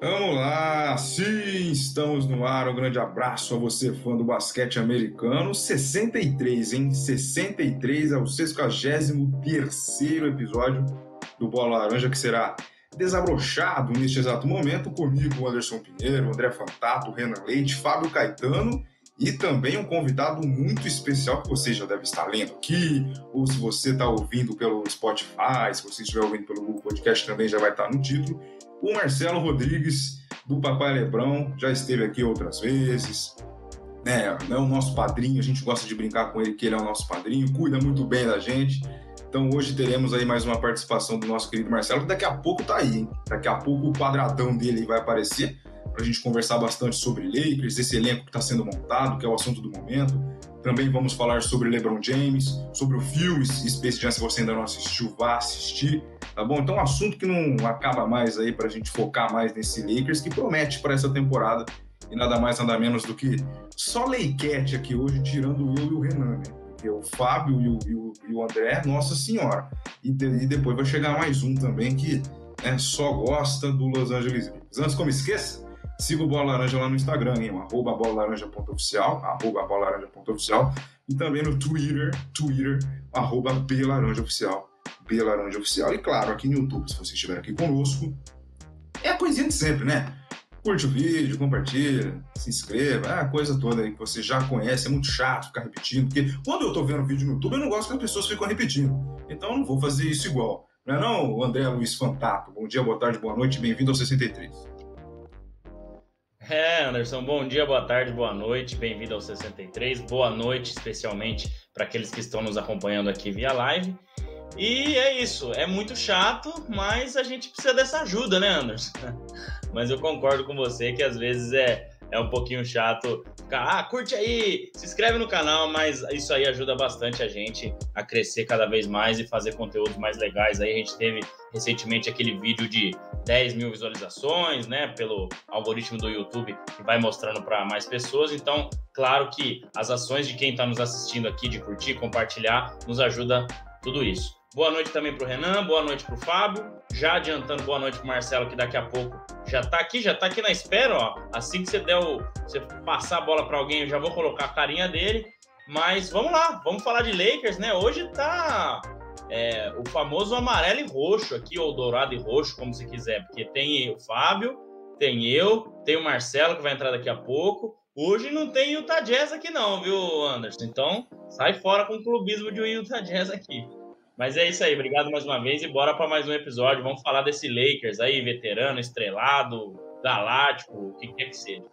Vamos lá, sim, estamos no ar. Um grande abraço a você, fã do basquete americano. 63, hein? 63 é o 63º episódio do Bola Laranja, que será desabrochado neste exato momento comigo, Anderson Pinheiro, André Fantato, Renan Leite, Fábio Caetano e também um convidado muito especial que você já deve estar lendo aqui, ou se você está ouvindo pelo Spotify, se você estiver ouvindo pelo Google Podcast também já vai estar no título. O Marcelo Rodrigues, do Papai Lebrão, já esteve aqui outras vezes, né? É o nosso padrinho, a gente gosta de brincar com ele, que ele é o nosso padrinho, cuida muito bem da gente. Então hoje teremos aí mais uma participação do nosso querido Marcelo, que daqui a pouco tá aí, hein? Daqui a pouco o quadradão dele vai aparecer, para a gente conversar bastante sobre Lakers, esse elenco que está sendo montado, que é o assunto do momento. Também vamos falar sobre LeBron James, sobre o filme Space Jam, se você ainda não assistiu, vá assistir. Tá bom? Então, um assunto que não acaba mais aí pra gente focar mais nesse Lakers, que promete para essa temporada, e nada mais, nada menos do que só Lakeette aqui hoje, tirando eu e o Renan, né? Porque o Fábio e o André, nossa senhora. E depois vai chegar mais um também que só gosta do Los Angeles Lakers. Antes que eu me esqueça, siga o Bola Laranja lá no Instagram, hein? @bolalaranja.oficial, @bolalaranja.oficial, e também no Twitter, @belaranjaoficial. Laranja Oficial. E claro, aqui no YouTube, se você estiver aqui conosco, é a coisinha de sempre, né? Curte o vídeo, compartilha, se inscreva, é a coisa toda aí que você já conhece. É muito chato ficar repetindo, porque quando eu tô vendo vídeo no YouTube, eu não gosto que as pessoas ficam repetindo. Então eu não vou fazer isso igual. Não é não, André Luiz Fantato? Bom dia, boa tarde, boa noite, bem-vindo ao 63. Anderson, bom dia, boa tarde, boa noite, bem-vindo ao 63. Boa noite, especialmente para aqueles que estão nos acompanhando aqui via live. E é isso, é muito chato, mas a gente precisa dessa ajuda, né, Anderson? Mas eu concordo com você que às vezes é um pouquinho chato ficar, curte aí, se inscreve no canal, mas isso aí ajuda bastante a gente a crescer cada vez mais e fazer conteúdos mais legais. Aí a gente teve recentemente aquele vídeo de 10 mil visualizações, né, pelo algoritmo do YouTube, que vai mostrando para mais pessoas. Então, claro que as ações de quem está nos assistindo aqui, de curtir, compartilhar, nos ajuda tudo isso. Boa noite também pro Renan, boa noite pro Fábio, já adiantando boa noite pro Marcelo, que daqui a pouco já tá aqui na espera, ó. Assim que você passar a bola para alguém, eu já vou colocar a carinha dele. Mas vamos lá, vamos falar de Lakers, né? Hoje tá o famoso amarelo e roxo aqui, ou dourado e roxo, como você quiser, porque tem o Fábio, tem eu, tem o Marcelo, que vai entrar daqui a pouco. Hoje não tem Utah Jazz aqui não, viu, Anderson? Então, sai fora com o clubismo de Utah Jazz aqui. Mas é isso aí, obrigado mais uma vez e bora para mais um episódio. Vamos falar desse Lakers aí, veterano, estrelado, galáctico, o que quer que seja.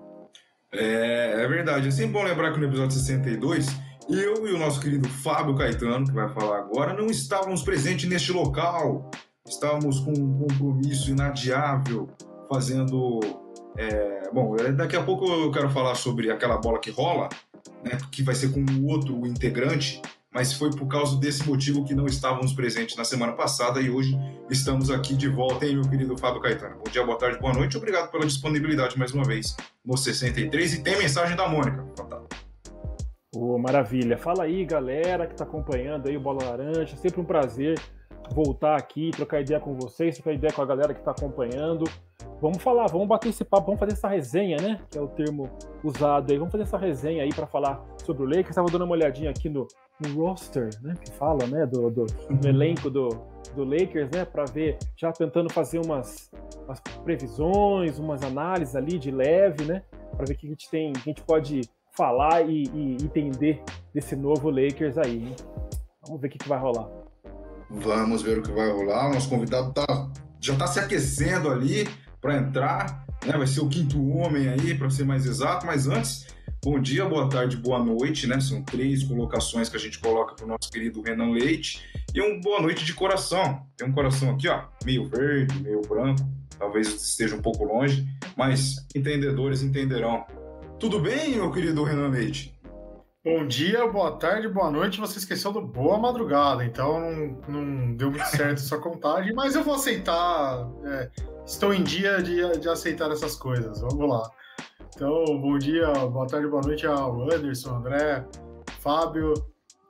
É verdade, é sempre bom lembrar que no episódio 62, eu e o nosso querido Fábio Caetano, que vai falar agora, não estávamos presentes neste local. Estávamos com um compromisso inadiável, fazendo... Bom, daqui a pouco eu quero falar sobre aquela bola que rola, né, que vai ser com o outro integrante, mas foi por causa desse motivo que não estávamos presentes na semana passada e hoje estamos aqui de volta, hein, meu querido Fábio Caetano? Bom dia, boa tarde, boa noite, obrigado pela disponibilidade mais uma vez no 63 e tem mensagem da Mônica. Maravilha, fala aí galera que está acompanhando aí o Bola Laranja, sempre um prazer voltar aqui, trocar ideia com vocês, trocar ideia com a galera que está acompanhando. Vamos falar, vamos bater esse papo, vamos fazer essa resenha, né? Que é o termo usado aí. Vamos fazer essa resenha aí para falar sobre o Lakers. Estava dando uma olhadinha aqui no roster, né? Que fala, né? Do elenco do Lakers, né? Para ver, já tentando fazer umas previsões, umas análises ali de leve, né? Para ver o que a gente tem, que a gente pode falar e entender desse novo Lakers aí, hein? Vamos ver o que vai rolar. Vamos ver o que vai rolar. O nosso convidado já está se aquecendo ali para entrar, né? Vai ser o quinto homem aí, para ser mais exato. Mas antes, bom dia, boa tarde, boa noite, né? São 3 colocações que a gente coloca para o nosso querido Renan Leite. E um boa noite de coração. Tem um coração aqui, ó, meio verde, meio branco. Talvez esteja um pouco longe, mas entendedores entenderão. Tudo bem, meu querido Renan Leite? Bom dia, boa tarde, boa noite. Você esqueceu do boa madrugada, então não deu muito certo essa contagem, mas eu vou aceitar. Estou em dia de aceitar essas coisas. Vamos lá. Então, bom dia, boa tarde, boa noite ao Anderson, André, Fábio.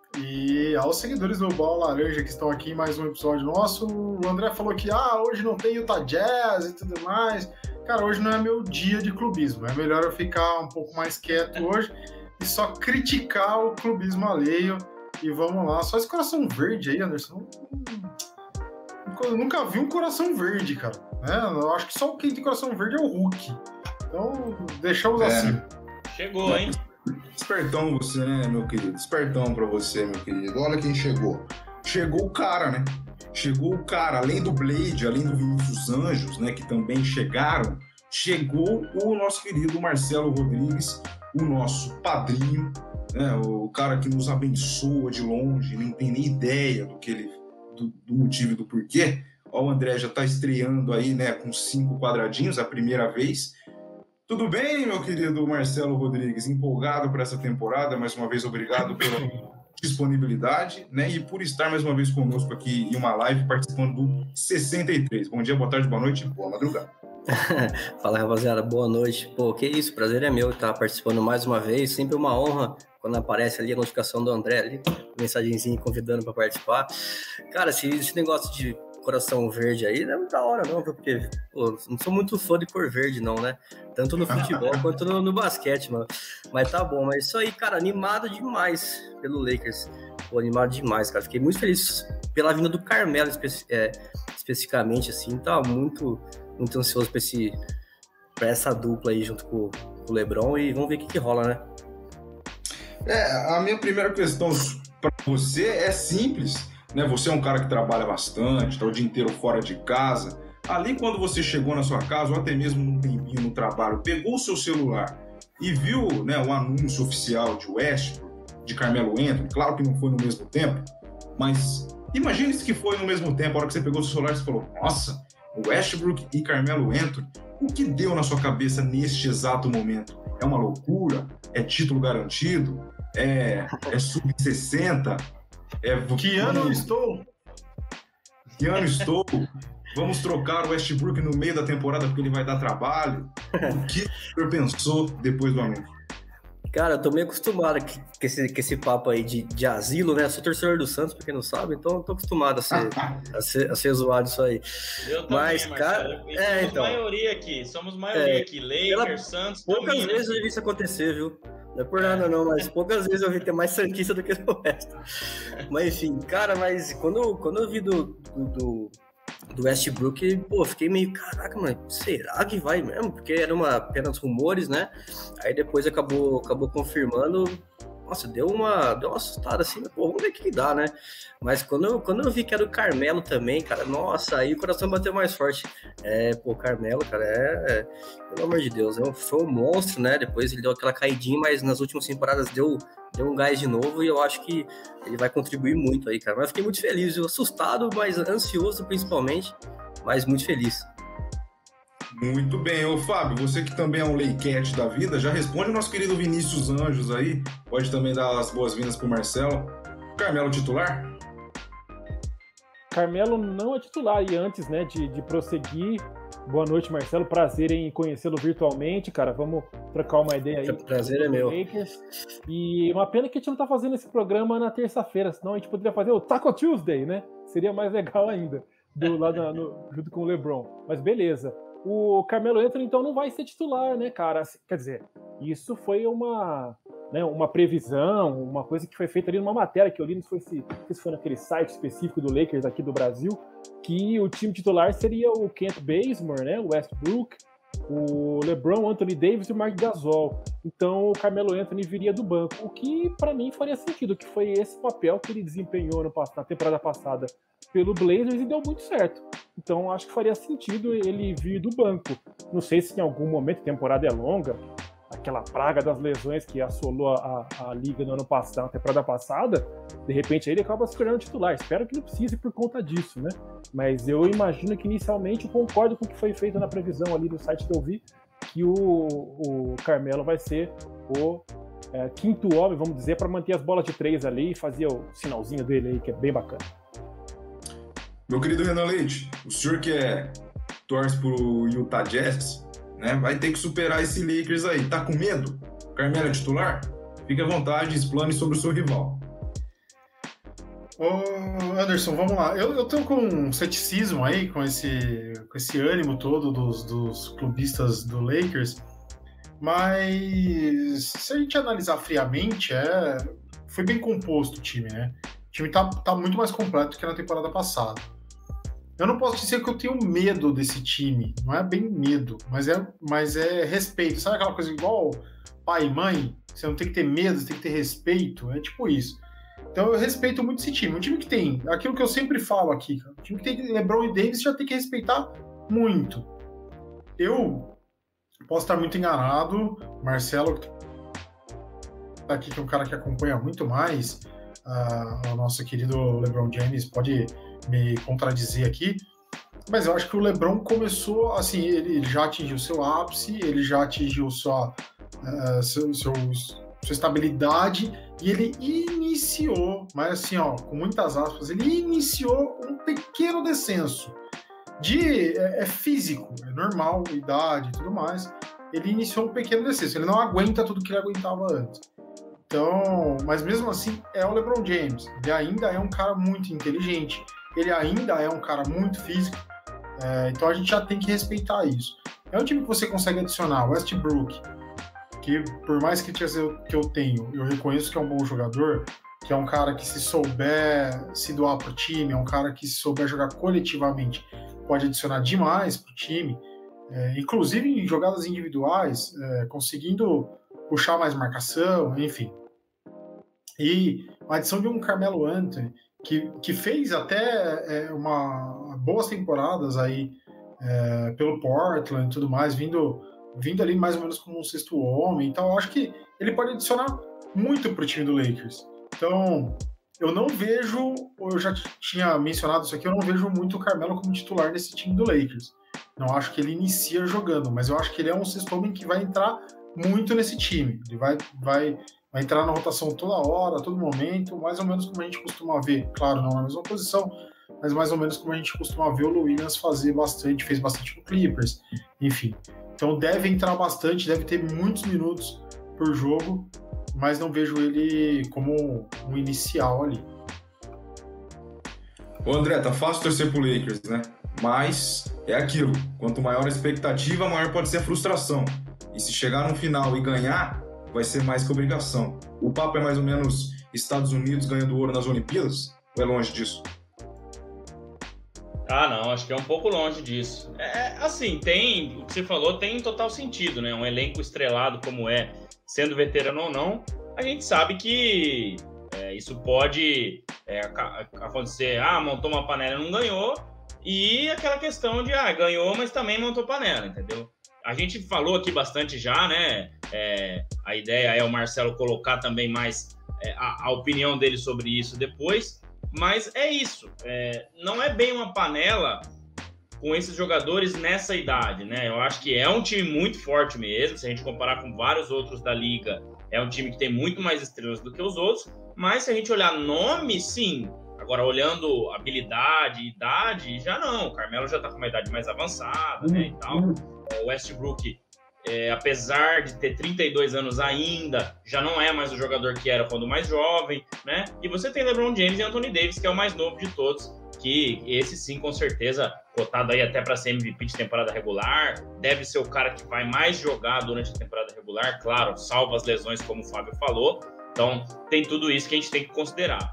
E aos seguidores do Bola Laranja que estão aqui em mais um episódio nosso, o André falou que hoje não tem Utah Jazz e tudo mais. Cara, hoje não é meu dia de clubismo. É melhor eu ficar um pouco mais quieto hoje e só criticar o clubismo alheio. E vamos lá. Só esse coração verde aí, Anderson. Eu nunca vi um coração verde, cara. Eu acho que só quem tem coração verde é o Hulk. Então, deixamos assim. Chegou, hein? Espertão você, né, meu querido? Espertão pra você, meu querido. Olha quem chegou. Chegou o cara, né? Chegou o cara, além do Blade, além do Vinícius Anjos, né, que também chegaram, chegou o nosso querido Marcelo Rodrigues, o nosso padrinho, né, o cara que nos abençoa de longe, nem tem nem ideia do motivo e do porquê. Ó, o André já tá estreando aí, né, com 5 quadradinhos, a primeira vez. Tudo bem, meu querido Marcelo Rodrigues? Empolgado para essa temporada? Mais uma vez, obrigado pela disponibilidade, né? E por estar mais uma vez conosco aqui em uma live participando do 63. Bom dia, boa tarde, boa noite, boa madrugada. Fala, rapaziada, boa noite. Pô, que isso, prazer é meu estar participando mais uma vez. Sempre uma honra quando aparece ali a notificação do André, ali, mensagenzinha convidando para participar. Cara, esse negócio de coração verde aí não é muito da hora não, porque pô, não sou muito fã de cor verde não, né? Tanto no futebol quanto no basquete, mano. Mas tá bom, mas isso aí, cara, animado demais pelo Lakers. Pô, animado demais, cara. Fiquei muito feliz pela vinda do Carmelo especificamente, assim. Tava muito ansioso pra essa dupla aí junto com o LeBron e vamos ver o que rola, né? A minha primeira questão para você é simples, né? Você é um cara que trabalha bastante, está o dia inteiro fora de casa. Ali, quando você chegou na sua casa, ou até mesmo num tempinho no trabalho, pegou o seu celular e viu, né, o anúncio oficial de Westbrook, de Carmelo Anthony, claro que não foi no mesmo tempo, mas imagine se que foi no mesmo tempo, a hora que você pegou o seu celular e falou, nossa, Westbrook e Carmelo Anthony, o que deu na sua cabeça neste exato momento? É uma loucura? É título garantido? É sub-60? Que ano estou? Que ano estou? Vamos trocar o Westbrook no meio da temporada porque ele vai dar trabalho? O que o senhor pensou depois do anúncio? Cara, eu tô meio acostumado com esse papo aí de asilo, né? Eu sou torcedor do Santos, pra quem não sabe, então eu tô acostumado a ser zoado isso aí. Eu também, mas, cara, então. Somos maioria aqui, Lakers, Santos, poucas vezes eu vi isso acontecer, viu? Não é por nada não, mas poucas vezes eu vi ter mais santista do que o resto. Mas enfim, cara, mas quando eu vi do Westbrook, pô, fiquei meio, caraca, mano, será que vai mesmo? Porque eram apenas rumores, né? Aí depois acabou confirmando. Nossa, deu uma assustada assim, pô, vamos ver o que dá, né? Mas quando eu vi que era o Carmelo também, cara, nossa, aí o coração bateu mais forte. Pô, Carmelo, cara, pelo amor de Deus, foi um monstro, né? Depois ele deu aquela caidinha, mas nas últimas temporadas deu um gás de novo e eu acho que ele vai contribuir muito aí, cara. Mas eu fiquei muito feliz, assustado, mas ansioso principalmente, mas muito feliz. Muito bem. Ô, Fábio, você que também é um Lakecat da vida, já responde o nosso querido Vinícius Anjos aí. Pode também dar as boas-vindas pro Marcelo. Carmelo titular? Carmelo não é titular. E antes, né, de prosseguir, boa noite, Marcelo. Prazer em conhecê-lo virtualmente, cara. Vamos trocar uma ideia aí. Prazer é meu. Lakers. E uma pena que a gente não tá fazendo esse programa na terça-feira, senão a gente poderia fazer o Taco Tuesday, né? Seria mais legal ainda, junto com o LeBron. Mas beleza. O Carmelo Anthony, então, não vai ser titular, né, cara? Quer dizer, isso foi uma previsão, uma coisa que foi feita ali numa matéria que eu li, não sei se foi naquele site específico do Lakers aqui do Brasil, que o time titular seria o Kent Bazemore, né, o Westbrook, o LeBron, Anthony Davis e o Marc Gasol. Então o Carmelo Anthony viria do banco, o que para mim faria sentido, que foi esse papel que ele desempenhou na temporada passada pelo Blazers e deu muito certo. Então acho que faria sentido ele vir do banco. Não sei se em algum momento, a temporada é longa, aquela praga das lesões que assolou a liga no ano passado, na temporada passada, de repente ele acaba se tornando titular. Espero que não precise por conta disso, né? Mas eu imagino que inicialmente eu concordo com o que foi feito na previsão ali no site que eu vi, que o Carmelo vai ser o quinto homem, vamos dizer, para manter as bolas de 3 ali e fazer o sinalzinho dele aí, que é bem bacana. Meu querido Renan Leite, o senhor que torce pro Utah Jazz, né, vai ter que superar esse Lakers aí. Tá com medo? Carmelo é titular? Fique à vontade, explane sobre o seu rival. Ô, Anderson, vamos lá. Eu tô com um ceticismo aí, com esse ânimo todo dos clubistas do Lakers, mas se a gente analisar friamente, foi bem composto o time, né? O time tá muito mais completo que na temporada passada. Eu não posso dizer que eu tenho medo desse time, não é bem medo, mas é respeito. Sabe aquela coisa igual pai e mãe? Você não tem que ter medo, você tem que ter respeito, é tipo isso. Então eu respeito muito esse time. Um time que tem aquilo que eu sempre falo aqui, cara. Um time que tem LeBron e Davis já tem que respeitar muito. Eu posso estar muito enganado. Marcelo, que tá aqui, que é um cara que acompanha muito mais o nosso querido LeBron James, pode me contradizer aqui. Mas eu acho que o LeBron começou, assim, ele já atingiu seu ápice, ele já atingiu sua estabilidade, e ele iniciou, mas assim, ó, com muitas aspas, ele iniciou um pequeno descenso é físico, é normal, idade e tudo mais. Ele iniciou um pequeno descenso, ele não aguenta tudo que ele aguentava antes. Então, mas mesmo assim, é o LeBron James. Ele ainda é um cara muito inteligente, ele ainda é um cara muito físico, então a gente já tem que respeitar isso. É um time que você consegue adicionar Westbrook, que por mais que eu tenho, eu reconheço que é um bom jogador, que é um cara que, se souber se doar pro time, é um cara que, se souber jogar coletivamente, pode adicionar demais pro time, inclusive em jogadas individuais, conseguindo puxar mais marcação, enfim. E a adição de um Carmelo Anthony, que fez até boas temporadas aí pelo Portland e tudo mais, vindo ali mais ou menos como um sexto homem. Então eu acho que ele pode adicionar muito pro time do Lakers. Então eu não vejo, eu já tinha mencionado isso aqui, eu não vejo muito o Carmelo como titular nesse time do Lakers. Não acho que ele inicia jogando, mas eu acho que ele é um sexto homem que vai entrar muito nesse time. Ele vai entrar na rotação toda hora, a todo momento, mais ou menos como a gente costuma ver. Claro, não na mesma posição, mas mais ou menos como a gente costuma ver o Lou Williams fazer bastante, fez bastante no Clippers, enfim. Então deve entrar bastante, deve ter muitos minutos por jogo, mas não vejo ele como um inicial ali. Ô André, tá fácil torcer pro Lakers, né? Mas é aquilo, quanto maior a expectativa, maior pode ser a frustração. E se chegar no final e ganhar, vai ser mais que obrigação. O papo é mais ou menos Estados Unidos ganhando ouro nas Olimpíadas? Ou é longe disso? Ah, não, acho que é um pouco longe disso. Assim, o que você falou tem total sentido, né? Um elenco estrelado como sendo veterano ou não, a gente sabe que isso pode acontecer. Montou uma panela e não ganhou, e aquela questão de, ganhou, mas também montou panela, entendeu? A gente falou aqui bastante já, né? A ideia é o Marcelo colocar também mais a opinião dele sobre isso depois, mas é isso. Não é bem uma panela com esses jogadores nessa idade, né? Eu acho que é um time muito forte mesmo, se a gente comparar com vários outros da liga, é um time que tem muito mais estrelas do que os outros, mas se a gente olhar nome, sim. Agora, olhando habilidade e idade, já não. O Carmelo já tá com uma idade mais avançada, né, e tal. O Westbrook, apesar de ter 32 anos ainda, já não é mais o jogador que era quando mais jovem, né? E você tem LeBron James e Anthony Davis, que é o mais novo de todos, que esse sim, com certeza, cotado aí até para ser MVP de temporada regular, deve ser o cara que vai mais jogar durante a temporada regular, claro, salvo as lesões, como o Fábio falou. Então, tem tudo isso que a gente tem que considerar.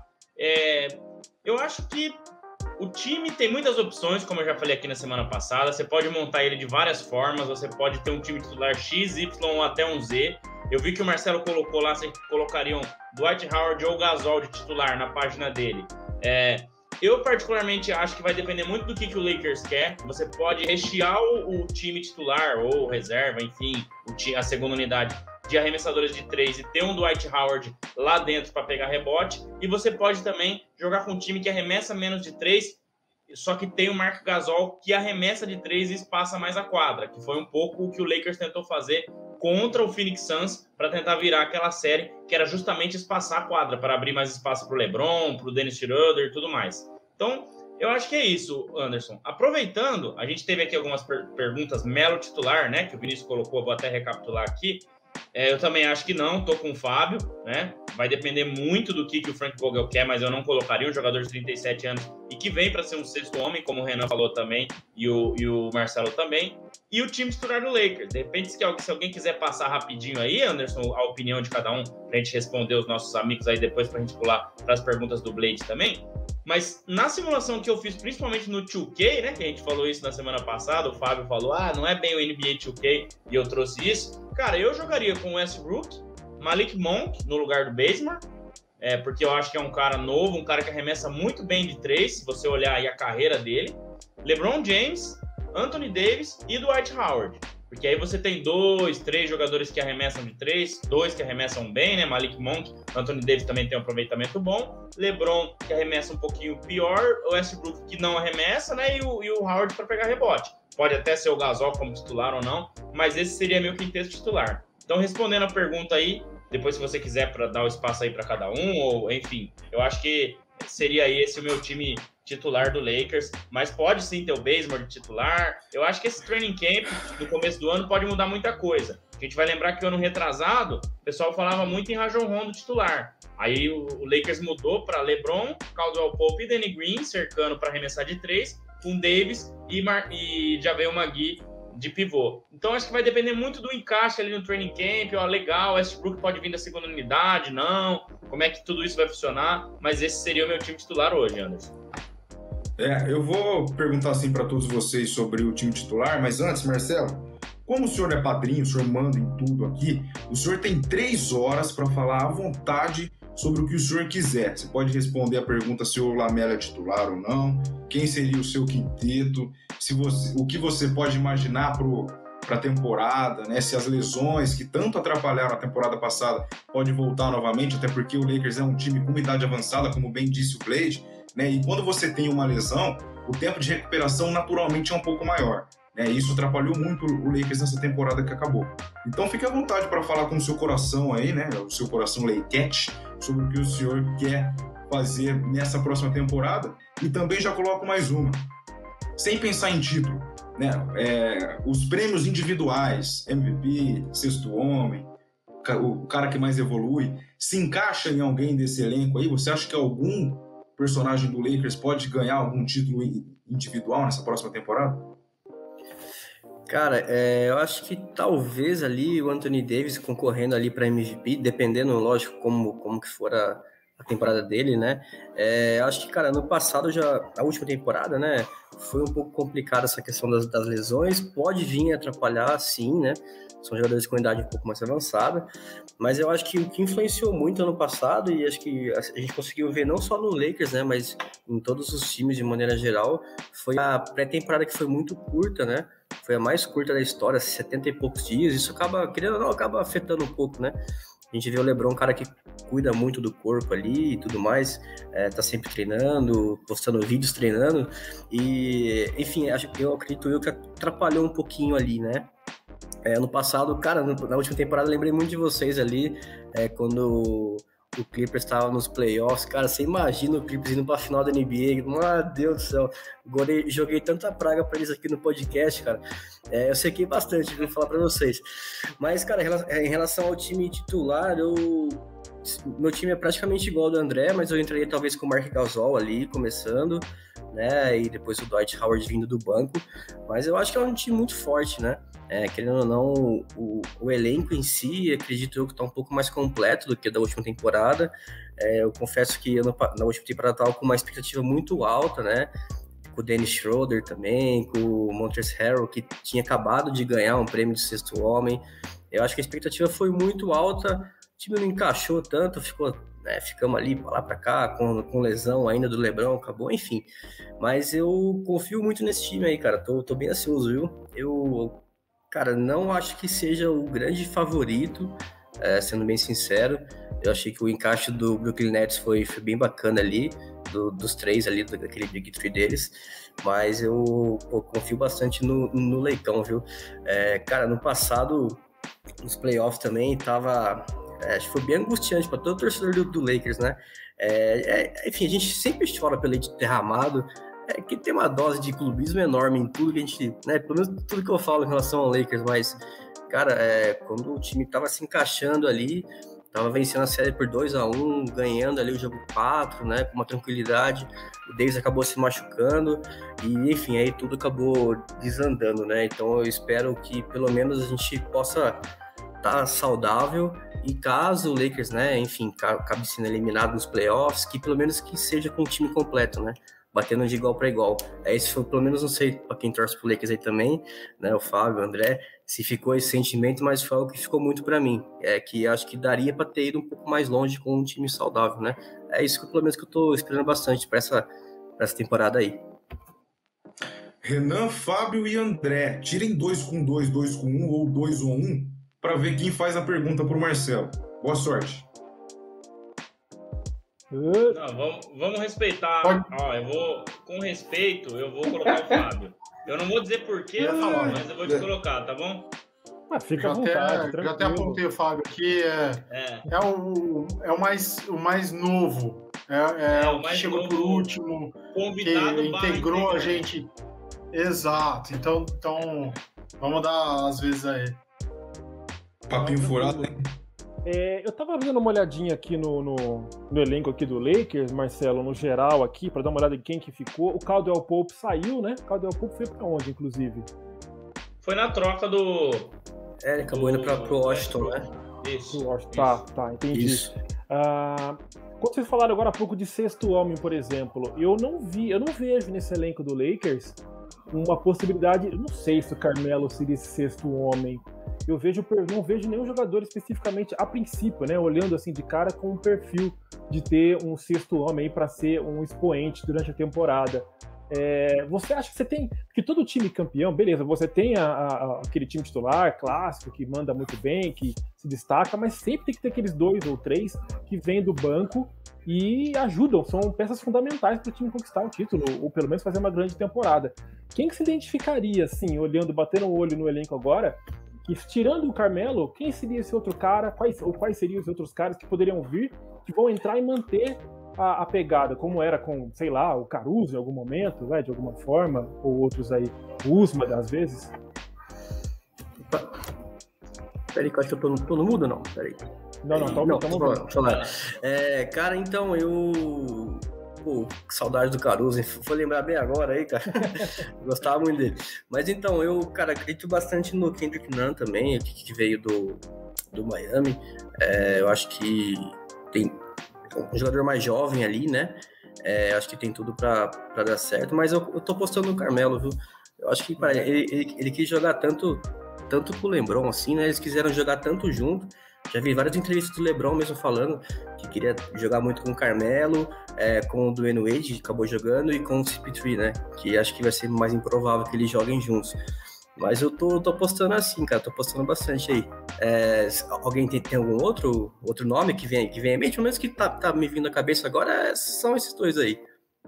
Eu acho que o time tem muitas opções, como eu já falei aqui na semana passada. Você pode montar ele de várias formas. Você pode ter um time titular X, Y ou até um Z. Eu vi que o Marcelo colocou lá, vocês colocariam Dwight Howard ou Gasol de titular na página dele. Eu particularmente acho que vai depender muito do que o Lakers quer. Você pode rechear o time titular ou reserva, enfim, a segunda unidade de arremessadores de 3 e ter um Dwight Howard lá dentro para pegar rebote. E você pode também jogar com um time que arremessa menos de 3, só que tem o Marc Gasol que arremessa de 3 e espaça mais a quadra, que foi um pouco o que o Lakers tentou fazer contra o Phoenix Suns para tentar virar aquela série que era justamente espaçar a quadra, para abrir mais espaço para o LeBron, para o Dennis Schroeder e tudo mais. Então, eu acho que é isso, Anderson. Aproveitando, a gente teve aqui algumas perguntas, Melo titular, né, que o Vinícius colocou, vou até recapitular aqui. Eu também acho que não, tô com o Fábio, né? vai depender muito do que o Frank Vogel quer, mas eu não colocaria um jogador de 37 anos e que vem para ser um sexto homem, como o Renan falou também, e o Marcelo também. E o time titular do Lakers. De repente, se alguém quiser passar rapidinho aí, Anderson, a opinião de cada um, pra gente responder os nossos amigos aí depois, pra gente pular para as perguntas do Blade também. Mas na simulação que eu fiz, principalmente no 2K, né, que a gente falou isso na semana passada, o Fábio falou, não é bem o NBA 2K, e eu trouxe isso. Cara, eu jogaria com o Westbrook, Malik Monk no lugar do Bazemore, porque eu acho que é um cara novo, um cara que arremessa muito bem de 3, se você olhar aí a carreira dele. LeBron James, Anthony Davis e Dwight Howard. Porque aí você tem 2, 3 jogadores que arremessam de 3, 2 que arremessam bem, né? Malik Monk, Anthony Davis também tem um aproveitamento bom. LeBron, que arremessa um pouquinho pior. O Westbrook, que não arremessa, né? E o Howard para pegar rebote. Pode até ser o Gasol como titular ou não, mas esse seria meu quinteto titular. Então, respondendo a pergunta aí, depois se você quiser para dar o espaço aí para cada um, ou enfim, eu acho que seria esse o meu time titular do Lakers, mas pode sim ter o Bazemore de titular. Eu acho que esse training camp do começo do ano pode mudar muita coisa. A gente vai lembrar que o ano retrasado, o pessoal falava muito em Rajon Rondo titular. Aí o Lakers mudou para LeBron, Caldwell Pope e Danny Green, cercando para arremessar de 3, com Davis e JaVale McGee de pivô. Então acho que vai depender muito do encaixe ali no training camp. Legal, o Westbrook pode vir da segunda unidade, não. Como é que tudo isso vai funcionar? Mas esse seria o meu time titular hoje, Anderson. Eu vou perguntar assim para todos vocês sobre o time titular, mas antes, Marcelo, como o senhor é padrinho, o senhor manda em tudo aqui, o senhor tem 3 horas para falar à vontade sobre o que o senhor quiser. Você pode responder a pergunta se o Lamelo é titular ou não, quem seria o seu quinteto, o que você pode imaginar para a temporada, né? Se as lesões que tanto atrapalharam a temporada passada podem voltar novamente, até porque o Lakers é um time com idade avançada, como bem disse o Blade, né? E quando você tem uma lesão, o tempo de recuperação naturalmente é um pouco maior, né? Isso atrapalhou muito o Lakers nessa temporada que acabou. Então fique à vontade para falar com o seu coração aí, né? O seu coração Lakers, sobre o que o senhor quer fazer nessa próxima temporada. E também já coloco mais uma, sem pensar em título, né? Os prêmios individuais, MVP, sexto homem, o cara que mais evolui, se encaixa em alguém desse elenco aí? Você acha que algum personagem do Lakers pode ganhar algum título individual nessa próxima temporada? Cara, eu acho que talvez ali o Anthony Davis concorrendo ali para MVP, dependendo, lógico, como que for a temporada dele, né? Acho que, cara, no passado a última temporada, né? Foi um pouco complicada essa questão das lesões, pode vir atrapalhar, sim, né? São jogadores com idade um pouco mais avançada, mas eu acho que o que influenciou muito ano passado, e acho que a gente conseguiu ver não só no Lakers, né? Mas em todos os times de maneira geral, foi a pré-temporada que foi muito curta, né? Foi a mais curta da história, 70 e poucos dias. Isso acaba, querendo ou não, acaba afetando um pouco, né? A gente vê o LeBron, um cara que cuida muito do corpo ali e tudo mais, tá sempre treinando, postando vídeos treinando, e, enfim, eu acredito que atrapalhou um pouquinho ali, né? No passado, cara, na última temporada, eu lembrei muito de vocês ali, quando o Clippers estava nos playoffs, cara, você imagina o Clippers indo pra final da NBA, meu Deus do céu, joguei tanta praga pra eles aqui no podcast, cara, eu sequei bastante, vou falar pra vocês, mas, cara, em relação ao time titular, meu time é praticamente igual ao do André, mas eu entraria talvez com o Marc Gasol ali, começando, né, e depois o Dwight Howard vindo do banco, mas eu acho que é um time muito forte, né? Querendo ou não, o elenco em si, acredito eu que está um pouco mais completo do que da última temporada. Eu confesso que na última temporada estava com uma expectativa muito alta, né? Com o Dennis Schroeder também, com o Montrezl Harrell, que tinha acabado de ganhar um prêmio de sexto homem. Eu acho que a expectativa foi muito alta, o time não encaixou tanto, ficamos ali para lá para cá, com lesão ainda do LeBron, acabou, enfim. Mas eu confio muito nesse time aí, cara, tô bem ansioso, viu? Cara, não acho que seja o grande favorito, sendo bem sincero. Eu achei que o encaixe do Brooklyn Nets foi bem bacana ali, dos três ali, daquele Big Three deles. Mas eu confio bastante no Leicão, viu? Cara, no passado, nos playoffs também, acho que foi bem angustiante para todo torcedor do Lakers, né? Enfim, a gente sempre chora pelo leite derramado, que tem uma dose de clubismo enorme em tudo que a gente, né, pelo menos tudo que eu falo em relação ao Lakers, mas, cara, quando o time tava se encaixando ali, Tava vencendo a série por 2-1, ganhando ali o jogo 4, né, com uma tranquilidade. O Davis acabou se machucando e, enfim, aí tudo acabou desandando, né? Então eu espero que pelo menos a gente possa estar saudável e caso o Lakers, né, enfim, acabe sendo eliminado nos playoffs, que pelo menos que seja com o time completo, né? Batendo de igual para igual. Esse foi, pelo menos, não sei para quem torce pro Lakers aí também, né, o Fábio, o André, se ficou esse sentimento, mas foi algo que ficou muito para mim, que acho que daria para ter ido um pouco mais longe com um time saudável, né? É isso que, pelo menos, que eu tô esperando bastante para essa temporada aí. Renan, Fábio e André, tirem 2 com 2, 2 com 1 ou 2 ou 1 para ver quem faz a pergunta pro Marcelo. Boa sorte. Não, vamos respeitar. Com respeito, eu vou colocar o Fábio. Eu não vou dizer por que, mas eu vou te colocar, tá bom? Fica à vontade, já até apontei o Fábio aqui, é o mais novo, o que chegou novo, por último, convidado que integrou a gente. Exato, então vamos dar às vezes aí. Papinho furado, hein? Eu tava dando uma olhadinha aqui no elenco aqui do Lakers, Marcelo, no geral aqui, pra dar uma olhada em quem que ficou. O Caldwell Pope saiu, né? O Caldwell Pope foi pra onde, inclusive? Foi na troca do... ele acabou indo pro Washington, né? Isso. Tá, entendi. Isso. Quando vocês falaram agora há pouco de sexto homem, por exemplo, eu não vejo nesse elenco do Lakers uma possibilidade, eu não sei se o Carmelo seria esse sexto homem. Eu não vejo nenhum jogador especificamente, a princípio, né, olhando assim de cara com um perfil de ter um sexto homem aí para ser um expoente durante a temporada. Você acha que você tem, que todo time campeão, beleza, você tem aquele time titular clássico que manda muito bem, que se destaca, mas sempre tem que ter aqueles 2 ou 3 que vêm do banco e ajudam, são peças fundamentais para o time conquistar o título, ou pelo menos fazer uma grande temporada. Quem que se identificaria, assim, batendo o olho no elenco agora, que tirando o Carmelo, quem seria esse outro cara, quais seriam os outros caras que poderiam vir, que vão entrar e manter a pegada, como era com, sei lá, o Caruso em algum momento, né, de alguma forma, ou outros aí, o Usman, às vezes? Peraí, que eu acho que eu tô no mudo, não? Peraí. Não, tá falando. Cara, então, que saudade do Caruso, foi lembrar bem agora aí, cara. Gostava muito dele. Mas então, eu, cara, acredito bastante no Kendrick Nunn também, que veio do Miami. Eu acho que tem um jogador mais jovem ali, né? Acho que tem tudo pra dar certo, mas eu tô apostando no Carmelo, viu? Eu acho que ele quis jogar tanto com o LeBron, assim, né? Eles quiseram jogar tanto junto. Já vi várias entrevistas do LeBron mesmo falando que queria jogar muito com o Carmelo, com o Dwayne Wade, que acabou jogando, e com o CP3, né? Que acho que vai ser mais improvável que eles joguem juntos. Mas eu tô apostando assim, cara, tô apostando bastante aí. Alguém tem algum outro nome que vem à mente? Pelo menos que tá me vindo à cabeça agora são esses dois aí.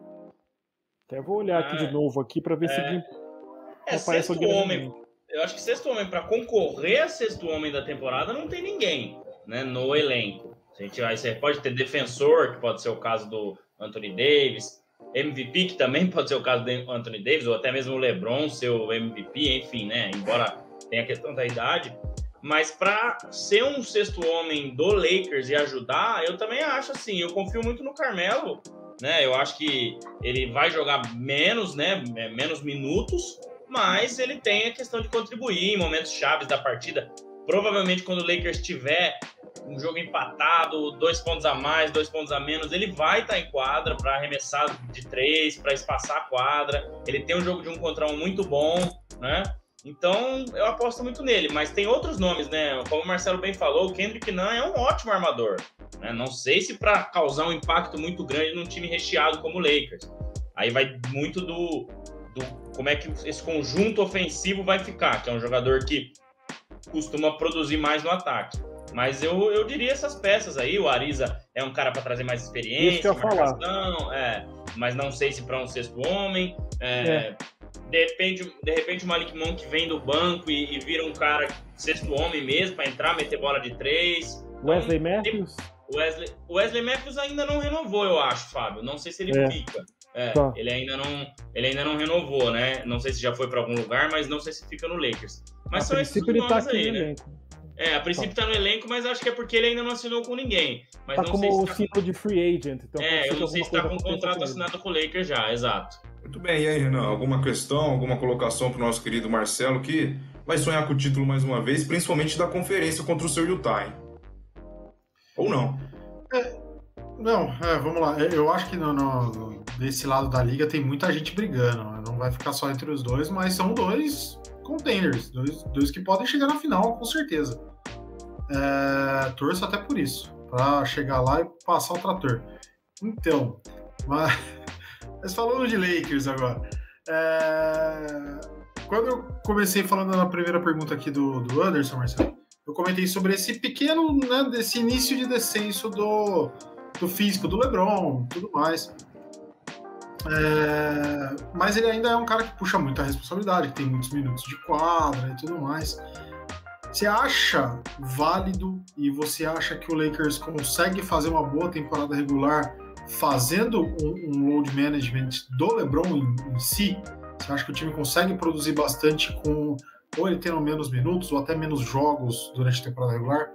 Até vou olhar aqui de novo aqui pra ver se aparece alguém homem. Eu acho que sexto homem, para concorrer a sexto homem da temporada, não tem ninguém, né, no elenco. Aí você pode ter defensor, que pode ser o caso do Anthony Davis, MVP, que também pode ser o caso do Anthony Davis, ou até mesmo o LeBron, seu MVP, enfim, né, embora tenha a questão da idade. Mas para ser um sexto homem do Lakers e ajudar, eu também acho assim, eu confio muito no Carmelo, né, eu acho que ele vai jogar menos, né, menos minutos, mas ele tem a questão de contribuir em momentos chaves da partida. Provavelmente quando o Lakers tiver um jogo empatado, 2 pontos a mais, 2 pontos a menos, ele vai estar em quadra para arremessar de 3, para espaçar a quadra. Ele tem um jogo de 1 contra 1 muito bom, né? Então eu aposto muito nele, mas tem outros nomes, né? Como o Marcelo bem falou, o Kendrick Nunn é um ótimo armador, né? Não sei se para causar um impacto muito grande num time recheado como o Lakers. Aí vai muito do como é que esse conjunto ofensivo vai ficar, que é um jogador que costuma produzir mais no ataque. Mas eu diria essas peças aí. O Ariza é um cara para trazer mais experiência, marcação, mas não sei se para um sexto homem. De repente o Malik Monk vem do banco e vira um cara sexto homem mesmo, para entrar, meter bola de 3. Wesley Matthews? O Wesley Matthews ainda não renovou, eu acho, Fábio. Não sei se ele fica. Ele ainda não renovou, né? Não sei se já foi para algum lugar, mas não sei se fica no Lakers. Mas são esses nomes aí, né? A princípio tá no elenco, mas acho que é porque ele ainda não assinou com ninguém. Mas tá não como sei se o ciclo de free agent. Então eu não sei se tá com um contrato assinado com o Lakers já, exato. Muito bem, e aí, Renan, alguma questão, alguma colocação pro nosso querido Marcelo, que vai sonhar com o título mais uma vez, principalmente da conferência contra o seu Utah, hein? Ou não? Vamos lá. Eu acho que desse lado da liga tem muita gente brigando. Não vai ficar só entre os dois, mas são dois contenders, dois que podem chegar na final, com certeza. Torço até por isso, para chegar lá e passar o trator. Então, mas falando de Lakers agora, quando eu comecei falando na primeira pergunta aqui do Anderson, Marcelo, eu comentei sobre esse pequeno, né, desse início de descenso do físico do LeBron e tudo mais. Mas ele ainda é um cara que puxa muita responsabilidade, que tem muitos minutos de quadra e tudo mais. Você acha válido e você acha que o Lakers consegue fazer uma boa temporada regular fazendo um load management do LeBron em si? Você acha que o time consegue produzir bastante com ou ele tendo menos minutos ou até menos jogos durante a temporada regular?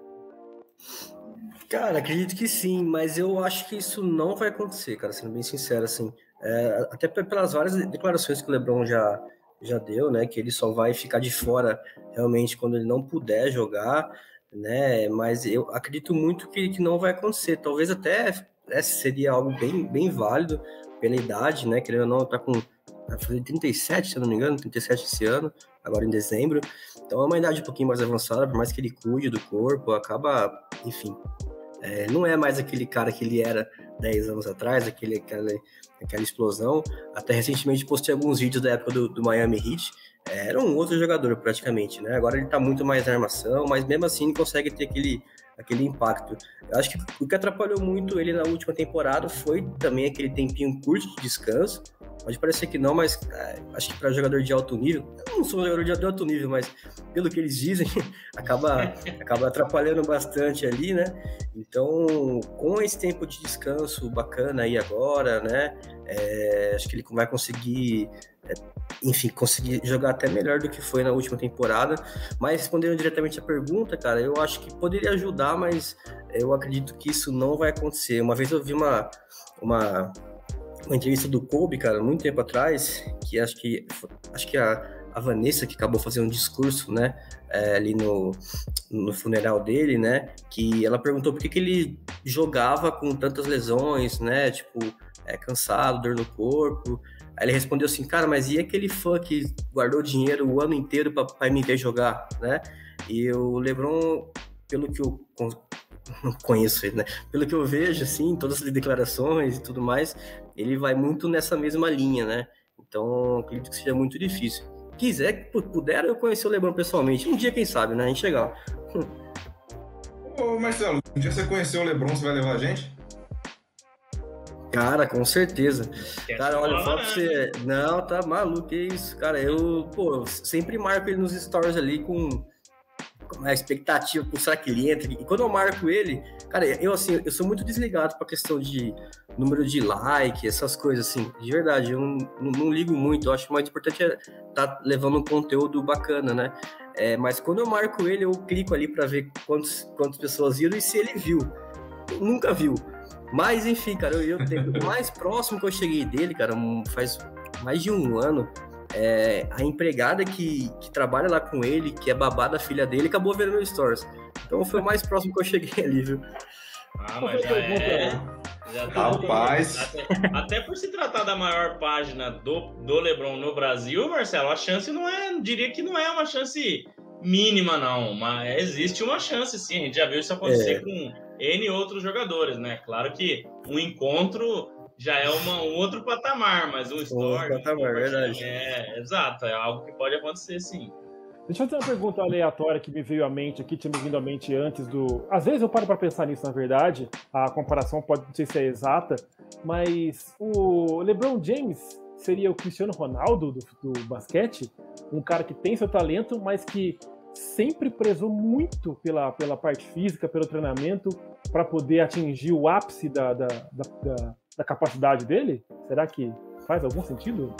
Cara, acredito que sim, mas eu acho que isso não vai acontecer, cara, sendo bem sincero, assim. Até pelas várias declarações que o LeBron já deu, né, que ele só vai ficar de fora realmente quando ele não puder jogar, né, mas eu acredito muito que não vai acontecer. Talvez até seria algo bem, bem válido pela idade, né, querendo ou não, tá vai fazer 37, se eu não me engano, 37 esse ano, agora em dezembro. Então é uma idade um pouquinho mais avançada, por mais que ele cuide do corpo, acaba, enfim, não é mais aquele cara que ele era 10 anos atrás, aquela explosão. Até recentemente postei alguns vídeos da época do Miami Heat, era um outro jogador praticamente, né? Agora ele tá muito mais na armação, mas mesmo assim ele consegue ter aquele impacto. Eu acho que o que atrapalhou muito ele na última temporada foi também aquele tempinho curto de descanso. Pode parecer que não, mas acho que para jogador de alto nível, eu não sou um jogador de alto nível, mas pelo que eles dizem, acaba atrapalhando bastante ali, né? Então, com esse tempo de descanso bacana aí agora, né? Acho que ele vai conseguir, conseguir jogar até melhor do que foi na última temporada. Mas respondendo diretamente a pergunta, cara, eu acho que poderia ajudar, mas eu acredito que isso não vai acontecer. Uma vez eu vi uma entrevista do Kobe, cara, muito tempo atrás, que acho que a Vanessa que acabou fazendo um discurso, né, ali no funeral dele, né, que ela perguntou por que ele jogava com tantas lesões, né, tipo, cansado, dor no corpo. Aí ele respondeu assim, cara, mas e aquele fã que guardou dinheiro o ano inteiro pra me ver jogar, né? E o LeBron, pelo que eu não conheço ele, né? Pelo que eu vejo, assim, todas as declarações e tudo mais, ele vai muito nessa mesma linha, né? Então, acredito que seja muito difícil. Puder eu conhecer o LeBron pessoalmente. Um dia, quem sabe, né? A gente chegar lá. Ô, Marcelo, um dia você conheceu o LeBron, você vai levar a gente? Cara, com certeza. Cara, olha, eu falo pra você... Não, tá maluco, que isso? Cara, eu sempre marco ele nos stories ali com a expectativa, será que ele entra? E quando eu marco ele, cara, eu sou muito desligado pra questão de número de like, essas coisas assim, de verdade, eu não ligo muito, eu acho mais importante tá levando um conteúdo bacana, né? Mas quando eu marco ele, eu clico ali pra ver quantas pessoas viram e se ele viu. Nunca viu. Mas, enfim, cara, o mais próximo que eu cheguei dele, cara, faz mais de um ano, a empregada que trabalha lá com ele, que é babá da filha dele, acabou vendo meu stories. Então foi o mais próximo que eu cheguei ali, viu? Mas já tá. Rapaz. Até por se tratar da maior página do LeBron no Brasil, Marcelo, a chance diria que não é uma chance mínima, não. Mas existe uma chance, sim. A gente já viu isso acontecer com N outros jogadores, né? Claro que um encontro já é um outro patamar, mas um story... patamar, verdade. Exato, é algo que pode acontecer, sim. Deixa eu fazer uma pergunta aleatória que me veio à mente aqui, tinha me vindo à mente antes do... Às vezes eu paro pra pensar nisso, na verdade, a comparação não sei se é exata, mas o LeBron James seria o Cristiano Ronaldo do basquete? Um cara que tem seu talento, mas que sempre prezou muito pela parte física, pelo treinamento, para poder atingir o ápice da capacidade dele? Será que faz algum sentido?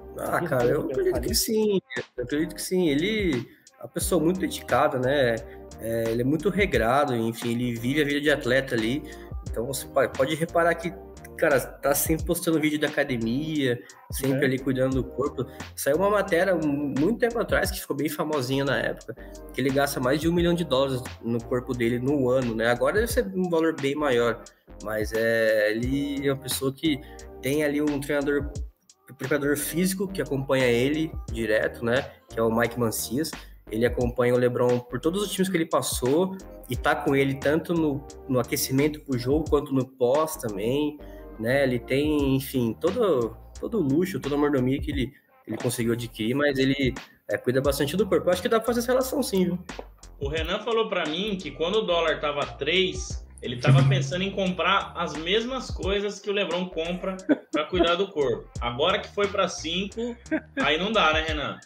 Cara, eu acredito que sim. Ele é uma pessoa muito dedicada, né? ele é muito regrado, enfim, ele vive a vida de atleta ali. Então você pode reparar que, cara, tá sempre postando vídeo da academia, sempre ali cuidando do corpo. Saiu uma matéria muito tempo atrás, que ficou bem famosinha na época, que ele gasta mais de $1 milhão no corpo dele no ano, né? Agora deve ser um valor bem maior, mas ele é uma pessoa que tem ali um preparador físico que acompanha ele direto, né? Que é o Mike Mancias. Ele acompanha o LeBron por todos os times que ele passou e tá com ele tanto no aquecimento pro jogo quanto no pós também, né? Ele tem, enfim, todo o luxo, toda a mordomia que ele conseguiu adquirir, mas ele cuida bastante do corpo. Eu acho que dá pra fazer essa relação sim, viu? O Renan falou pra mim que quando o dólar tava 3, ele tava pensando em comprar as mesmas coisas que o LeBron compra pra cuidar do corpo. Agora que foi pra 5, aí não dá, né, Renan?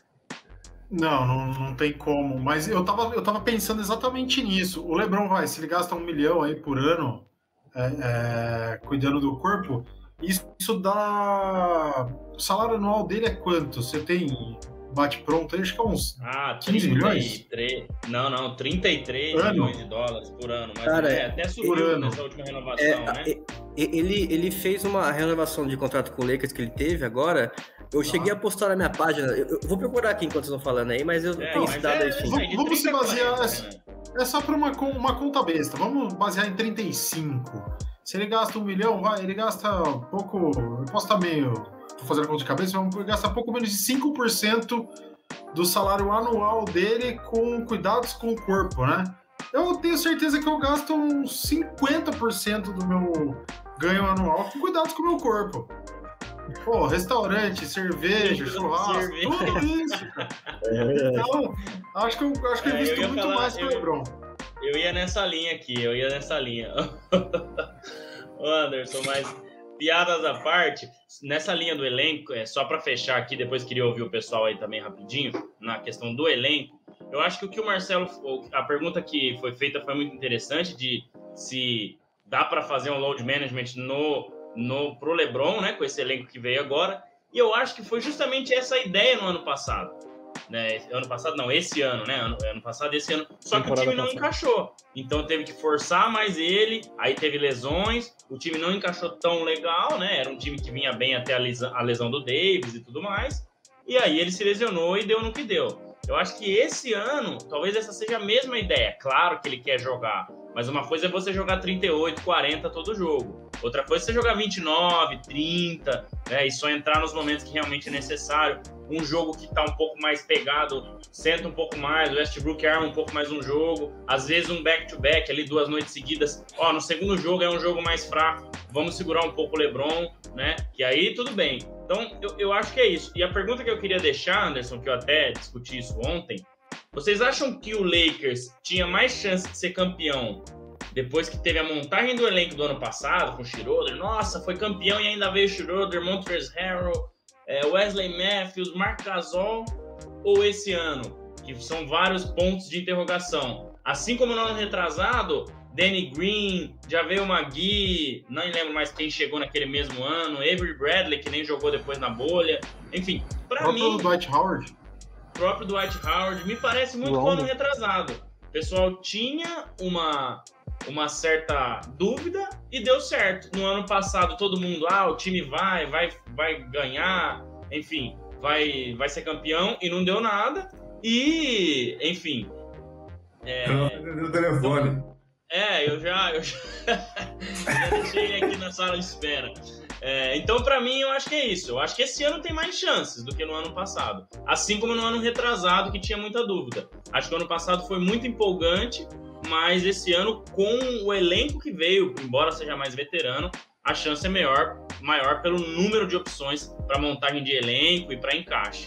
Não tem como. Mas eu tava pensando exatamente nisso. O LeBron se ele gasta $1 milhão aí por ano cuidando do corpo, isso dá... O salário anual dele é quanto? Você tem bate-pronto? Acho que é uns 15 milhões? Não, 33 milhões de dólares por ano. Mas cara, até subiu nessa última renovação, né? Ele fez uma renovação de contrato com o Lakers que ele teve agora. Eu cheguei a postar na minha página. Eu vou procurar aqui enquanto vocês estão falando aí, mas eu tenho esse dado aí. Vamos se basear... É só para uma conta besta. Vamos basear em 35. Se ele gasta $1 milhão, ele gasta pouco... Eu posso estar meio... Tô fazendo conta de cabeça, mas ele gasta pouco menos de 5% do salário anual dele com cuidados com o corpo, né? Eu tenho certeza que eu gasto uns 50% do meu ganho anual com cuidados com o meu corpo. Pô, restaurante, cerveja, churrasco, tudo isso. Então, acho que eu visto muito mais que o LeBron. Eu ia nessa linha aqui, Ô Anderson, mas piadas à parte, nessa linha do elenco, só para fechar aqui, depois queria ouvir o pessoal aí também rapidinho, na questão do elenco, eu acho que o que o Marcelo, a pergunta que foi feita foi muito interessante, de se dá para fazer um load management pro LeBron, né, com esse elenco que veio agora, e eu acho que foi justamente essa ideia no ano passado, né, esse ano, né, ano passado, esse ano, só que o time não encaixou, então teve que forçar mais ele, aí teve lesões, o time não encaixou tão legal, né, era um time que vinha bem até a lesão do Davis e tudo mais, e aí ele se lesionou e deu no que deu. Eu acho que esse ano, talvez essa seja a mesma ideia. Claro que ele quer jogar, mas uma coisa é você jogar 38, 40 todo jogo. Outra coisa é você jogar 29, 30, né, e só entrar nos momentos que realmente é necessário. Um jogo que tá um pouco mais pegado, senta um pouco mais, o Westbrook arma um pouco mais um jogo. Às vezes um back-to-back ali, 2 noites seguidas. No segundo jogo é um jogo mais fraco, vamos segurar um pouco o LeBron, né? Que aí tudo bem. Então, eu acho que é isso. E a pergunta que eu queria deixar, Anderson, que eu até discuti isso ontem, vocês acham que o Lakers tinha mais chance de ser campeão depois que teve a montagem do elenco do ano passado, com o Schroeder? Nossa, foi campeão e ainda veio o Schroeder, Montrezl Harrell, Wesley Matthews, Marc Gasol, ou esse ano, que são vários pontos de interrogação? Assim como no ano retrasado, Danny Green, JaVale McGee, não lembro mais quem chegou naquele mesmo ano, Avery Bradley, que nem jogou depois na bolha, enfim, pra mim... O próprio Dwight Howard, me parece muito com o ano retrasado. O pessoal tinha uma certa dúvida e deu certo. No ano passado, todo mundo, o time vai ganhar, enfim, vai ser campeão, e não deu nada. E, enfim... No telefone. Eu já deixei ele aqui na sala de espera. Então, pra mim, eu acho que é isso. Eu acho que esse ano tem mais chances do que no ano passado. Assim como no ano retrasado, que tinha muita dúvida. Acho que o ano passado foi muito empolgante, mas esse ano, com o elenco que veio, embora seja mais veterano, a chance é maior pelo número de opções para montagem de elenco e para encaixe.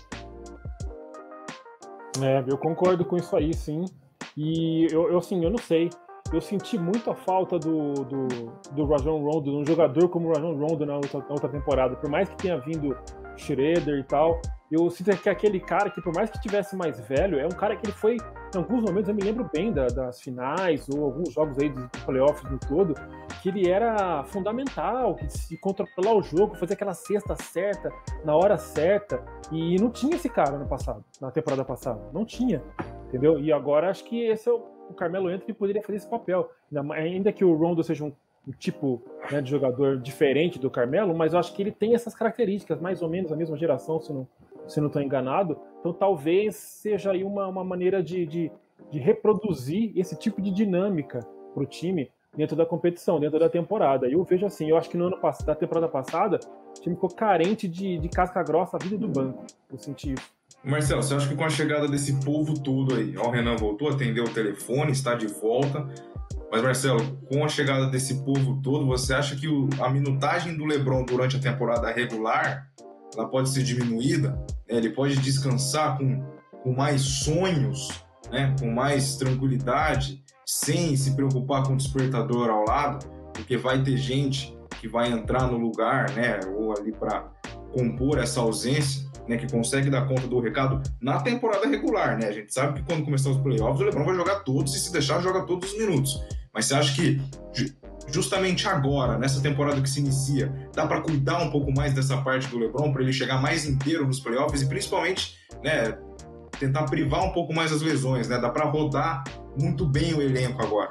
Eu concordo com isso aí, sim. E eu não sei. Eu senti muito a falta do Rajon Rondo, de um jogador como o Rajon Rondo na outra temporada. Por mais que tenha vindo Schroeder e tal, eu sinto que aquele cara que, por mais que tivesse mais velho, é um cara que ele foi, em alguns momentos, eu me lembro bem das finais, ou alguns jogos aí dos playoffs no todo, que ele era fundamental, que se controlar o jogo, fazer aquela cesta certa, na hora certa, e não tinha esse cara no passado, na temporada passada, não tinha. entendeu? E agora acho que esse é o Carmelo Anthony poderia fazer esse papel, ainda que o Rondo seja um tipo, né, de jogador diferente do Carmelo, mas eu acho que ele tem essas características, mais ou menos a mesma geração, se não estou enganado. Então talvez seja aí uma maneira de reproduzir esse tipo de dinâmica para o time dentro da competição, dentro da temporada. E eu vejo assim, eu acho que no ano passado, da temporada passada, o time ficou carente de casca grossa a vida do banco. Eu senti isso. Marcelo, você acha que com a chegada desse povo todo aí, o Renan voltou, atendeu o telefone, está de volta, mas Marcelo, com a chegada desse povo todo, você acha que a minutagem do LeBron durante a temporada regular, ela pode ser diminuída? Né? Ele pode descansar com mais sonhos, né? Com mais tranquilidade, sem se preocupar com o despertador ao lado, porque vai ter gente que vai entrar no lugar, né? Ou ali para compor essa ausência, né, que consegue dar conta do recado na temporada regular, né? A gente sabe que quando começar os playoffs, o LeBron vai jogar todos e se deixar, joga todos os minutos. Mas você acha que justamente agora, nessa temporada que se inicia, dá para cuidar um pouco mais dessa parte do LeBron para ele chegar mais inteiro nos playoffs e principalmente, né, tentar privar um pouco mais as lesões, né? Dá para rodar muito bem o elenco agora.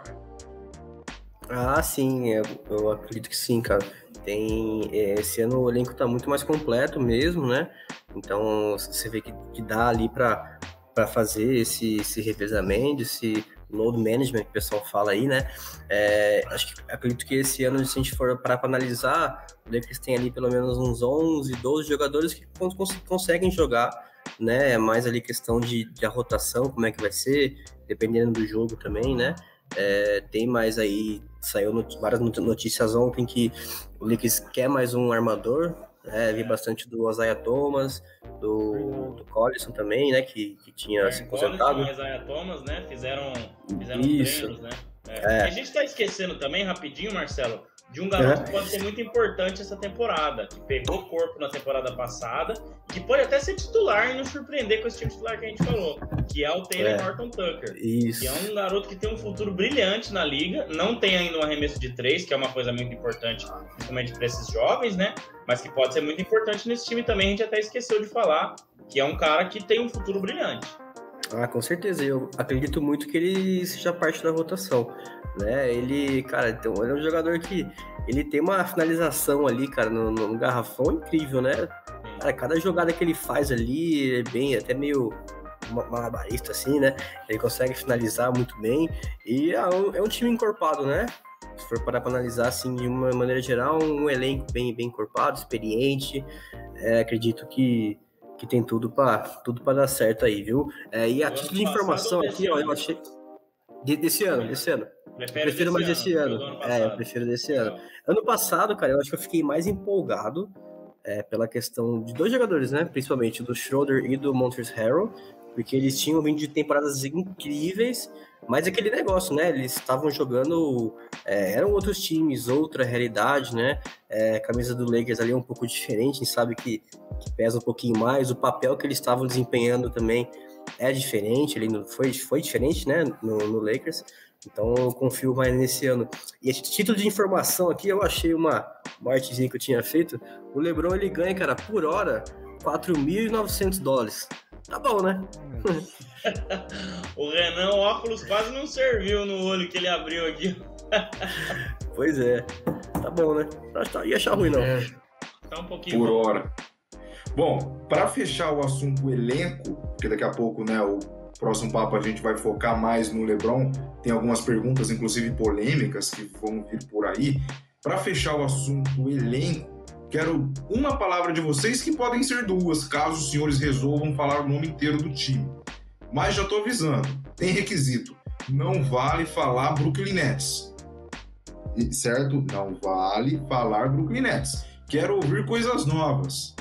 Ah, sim, eu acredito que sim, cara. Esse ano o elenco tá muito mais completo mesmo, né? Então você vê que dá ali para fazer esse revezamento, esse load management que o pessoal fala aí, né? Acredito que esse ano, se a gente for para analisar, o Lakers tem ali pelo menos uns 11, 12 jogadores que conseguem jogar, né? Mais ali questão de a rotação, como é que vai ser, dependendo do jogo também, né? Tem mais aí, saiu várias notícias ontem que o Lakers quer mais um armador, vi bastante do Isaiah Thomas, do Collison também, né, que tinha se aposentado. O Isaiah Thomas, né, fizeram treinos, né. A gente tá esquecendo também, rapidinho, Marcelo, de um garoto que pode ser muito importante essa temporada, que pegou corpo na temporada passada, que pode até ser titular e nos surpreender com esse time titular que a gente falou, que é o Taylor Horton Tucker. Isso. Que é um garoto que tem um futuro brilhante na liga, não tem ainda um arremesso de 3, que é uma coisa muito importante, principalmente para esses jovens, né? Mas que pode ser muito importante nesse time também, a gente até esqueceu de falar, que é um cara que tem um futuro brilhante. Ah, com certeza, eu acredito muito que ele seja parte da rotação, né? Ele é um jogador que ele tem uma finalização ali, cara, no garrafão incrível, né? Cara, cada jogada que ele faz ali é bem, até meio malabarista assim, né? Ele consegue finalizar muito bem e é um time encorpado, né? Se for parar para analisar assim de uma maneira geral, um elenco bem encorpado, experiente, acredito que tem tudo para dar certo aí, viu? E a título de informação aqui, ó, eu achei desse ano. Eu prefiro mais desse ano. Eu prefiro desse ano. Ano passado, cara, eu acho que eu fiquei mais empolgado pela questão de dois jogadores, né? Principalmente do Schroeder e do Montrezl Harrell, porque eles tinham vindo de temporadas incríveis, mas aquele negócio, né? Eles estavam jogando, eram outros times, outra realidade, né? A camisa do Lakers ali é um pouco diferente, a gente sabe que pesa um pouquinho mais, o papel que eles estavam desempenhando também é diferente, ele foi diferente, né? No Lakers, então eu confio mais nesse ano. E esse título de informação aqui, eu achei uma artezinha que eu tinha feito, o LeBron ele ganha, cara, por hora, $4.900. Tá bom, né? O Renan, o óculos quase não serviu no olho que ele abriu aqui. Pois é. Tá bom, né? Ia achar ruim, não. Tá um pouquinho por bom. hora. Bom, para fechar o assunto elenco, porque daqui a pouco, né, o próximo papo a gente vai focar mais no LeBron, tem algumas perguntas, inclusive polêmicas, que vão vir por aí. Para fechar o assunto elenco, quero uma palavra de vocês, que podem ser duas, caso os senhores resolvam falar o nome inteiro do time. Mas já tô avisando, tem requisito. Não vale falar Brooklyn Nets. Certo? Não vale falar Brooklyn Nets. Quero ouvir coisas novas.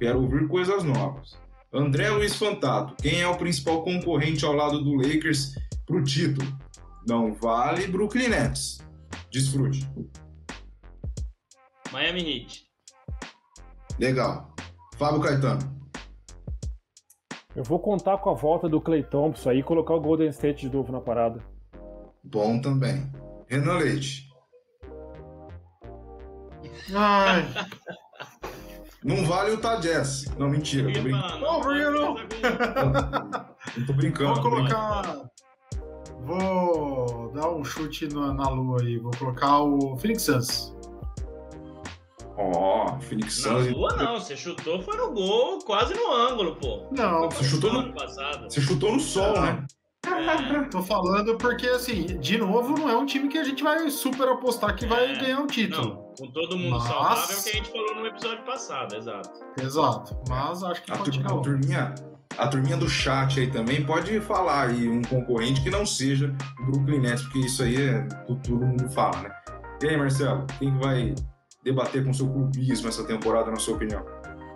André Luiz Fantato, quem é o principal concorrente ao lado do Lakers pro título? Não vale Brooklyn Nets. Desfrute. Miami Heat. Legal. Fábio Caetano. Eu vou contar com a volta do Klay Thompson aí e colocar o Golden State de novo na parada. Bom também. Renan Leite. Ai. Não vale o Utah Jazz. Não, mentira. Tô brincando. Não, por que não? Não tô brincando. Vou dar um chute na lua aí. Vou colocar o Phoenix Suns. Phoenix Na Suns. lua não, você chutou, foi no gol, quase no ângulo, pô. Não, Você chutou no passado. Você chutou no sol, né? Tô falando porque, assim, de novo, não é um time que a gente vai super apostar que vai ganhar um título. Não, com todo mundo saudável, que a gente falou no episódio passado, exato. Exato, mas acho que pode chegar a turminha do chat aí também pode falar aí um concorrente que não seja o Brooklyn Nets, porque isso aí todo mundo fala, né? E aí, Marcelo, quem vai debater com seu clubismo essa temporada, na sua opinião?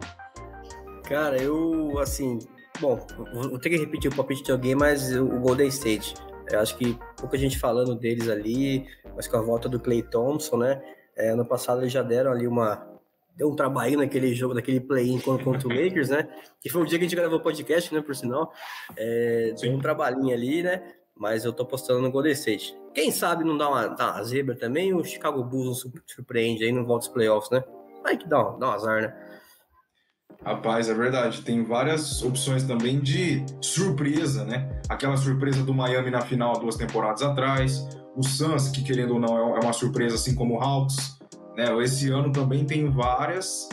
Cara, eu, assim... Bom, vou ter que repetir o palpite de alguém, mas o Golden State. Eu acho que pouca gente falando deles ali, mas com a volta do Klay Thompson, né? Ano passado eles já deram ali deu um trabalhinho naquele jogo, naquele play-in contra o Lakers, né? Que foi o dia que a gente gravou o podcast, né? Por sinal. Deu um trabalhinho ali, né? Mas eu tô apostando no Golden State. Quem sabe não dá uma zebra também, o Chicago Bulls não surpreende aí, não volta os playoffs, né? Aí que dá um azar, né? Rapaz, é verdade. Tem várias opções também de surpresa, né? Aquela surpresa do Miami na final 2 temporadas atrás. O Suns, que querendo ou não é uma surpresa, assim como o Hawks, né? Esse ano também tem várias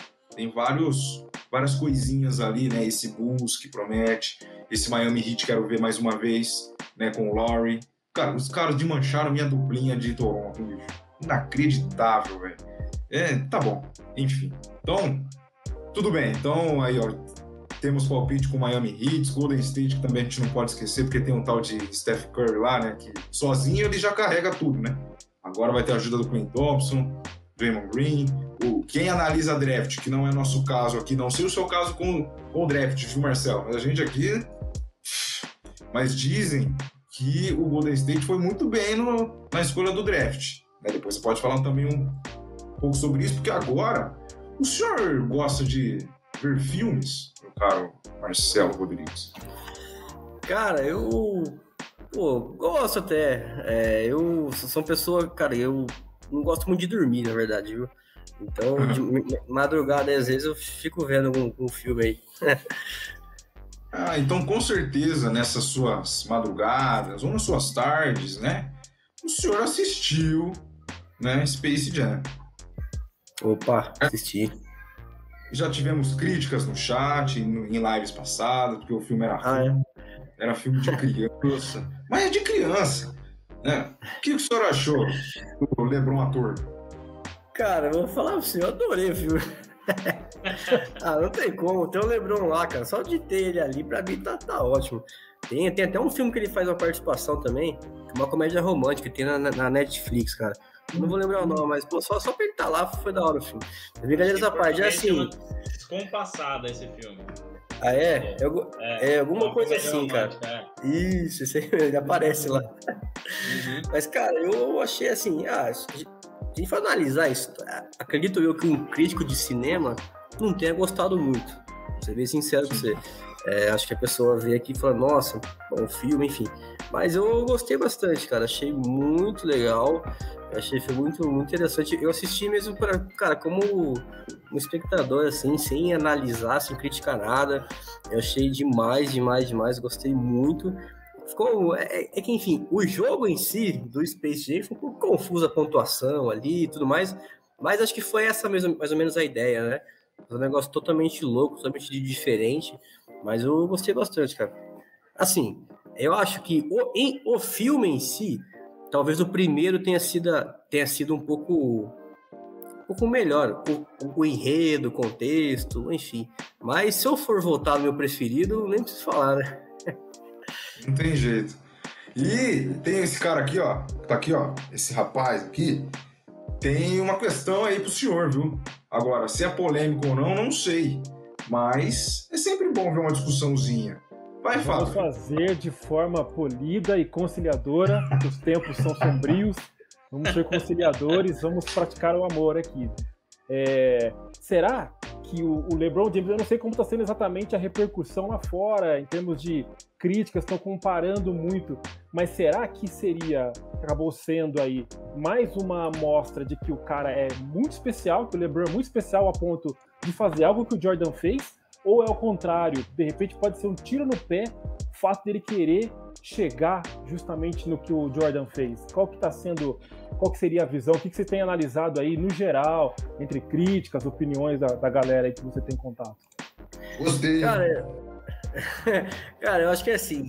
coisinhas ali, né? Esse Bulls que promete. Esse Miami Heat quero ver mais uma vez, né? Com o Lowry. Cara, os caras desmancharam minha duplinha de Toronto, bicho. Inacreditável, velho. Tá bom. Enfim. Então... Tudo bem, então aí ó, temos palpite com Miami Heat, Golden State, que também a gente não pode esquecer, porque tem um tal de Steph Curry lá, né, que sozinho ele já carrega tudo, né? Agora vai ter a ajuda do Klay Thompson, Draymond Green, quem analisa a draft, que não é nosso caso aqui, não sei o seu caso com o draft, viu, Marcelo? Mas a gente aqui... Mas dizem que o Golden State foi muito bem na escolha do draft, né? Depois você pode falar também um pouco sobre isso, porque agora... O senhor gosta de ver filmes, meu caro Marcelo Rodrigues? Cara, eu gosto até. Eu sou uma pessoa, cara, eu não gosto muito de dormir, na verdade, viu? Então, de madrugada, às vezes, eu fico vendo um filme aí. Então, com certeza, nessas suas madrugadas ou nas suas tardes, né? O senhor assistiu, né, Space Jam. Opa, assisti. Já tivemos críticas no chat, em lives passadas, porque o filme era ruim. Era filme de criança. Mas é de criança, né? O que o senhor achou do LeBron ator? Cara, eu vou falar pra você, eu adorei o filme. Não tem como, tem o LeBron lá, cara. Só de ter ele ali, pra mim tá ótimo. Tem até um filme que ele faz uma participação também, uma comédia romântica, que tem na Netflix, cara. Não vou lembrar o nome, mas pô, só pra ele estar lá foi da hora o filme. Brincadeiras à parte, assim... Descompassada esse filme. Alguma coisa assim, cara. Isso aí, ele aparece lá. Mas, cara, eu achei assim, se a gente for analisar isso, acredito eu que um crítico de cinema não tenha gostado muito. Vou ser bem sincero com você. Acho que a pessoa vê aqui e fala, nossa, bom filme, enfim. Mas eu gostei bastante, cara. Achei muito legal. Achei foi muito, muito interessante. Eu assisti mesmo cara, como um espectador, assim, sem analisar, sem criticar nada. Eu achei demais. Gostei muito. Ficou... que, enfim, o jogo em si, do Space Jam, foi um pouco confuso a pontuação ali e tudo mais. Mas acho que foi essa mesmo, mais ou menos a ideia, né? Um negócio totalmente louco, totalmente diferente. Mas eu gostei bastante, cara. Assim, eu acho que o filme em si, talvez o primeiro tenha sido um pouco melhor. O enredo, o contexto, enfim. Mas se eu for voltar no meu preferido, nem preciso falar, né? Não tem jeito. E tem esse cara aqui, ó. Tá aqui, ó. Esse rapaz aqui. Tem uma questão aí pro senhor, viu? Agora, se é polêmico ou não sei. Mas é sempre bom ver uma discussãozinha. Vai, Fábio. Vamos fazer de forma polida e conciliadora, porque os tempos são sombrios. Vamos ser conciliadores, vamos praticar o amor aqui. Será que o LeBron James, eu não sei como está sendo exatamente a repercussão lá fora, em termos de críticas, estão comparando muito, mas será que acabou sendo aí mais uma amostra de que o cara é muito especial, que o LeBron é muito especial a ponto de fazer algo que o Jordan fez? Ou é o contrário? De repente pode ser um tiro no pé fato dele querer chegar justamente no que o Jordan fez? Qual que seria a visão? O que você tem analisado aí, no geral, entre críticas, opiniões da galera aí que você tem contato? Gostei. Cara, eu acho que é assim,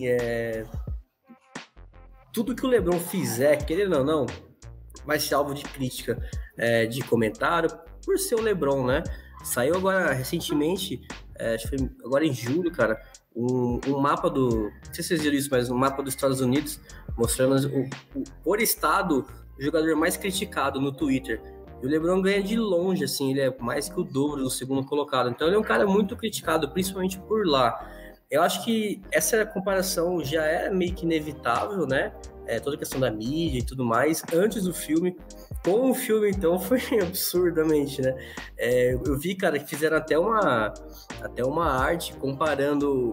tudo que o LeBron fizer, querendo ou não, vai ser alvo de crítica, de comentário, por ser o LeBron, né? Saiu agora, recentemente, acho que foi agora em julho, cara, um mapa não sei se vocês viram isso, mas um mapa dos Estados Unidos, mostrando por estado, o jogador mais criticado no Twitter. E o LeBron ganha de longe, assim, ele é mais que o dobro do segundo colocado. Então ele é um cara muito criticado, principalmente por lá. Eu acho que essa comparação já era meio que inevitável, né? Toda a questão da mídia e tudo mais, antes do filme. Com o filme, então, foi absurdamente, né? Eu vi, cara, que fizeram até uma arte comparando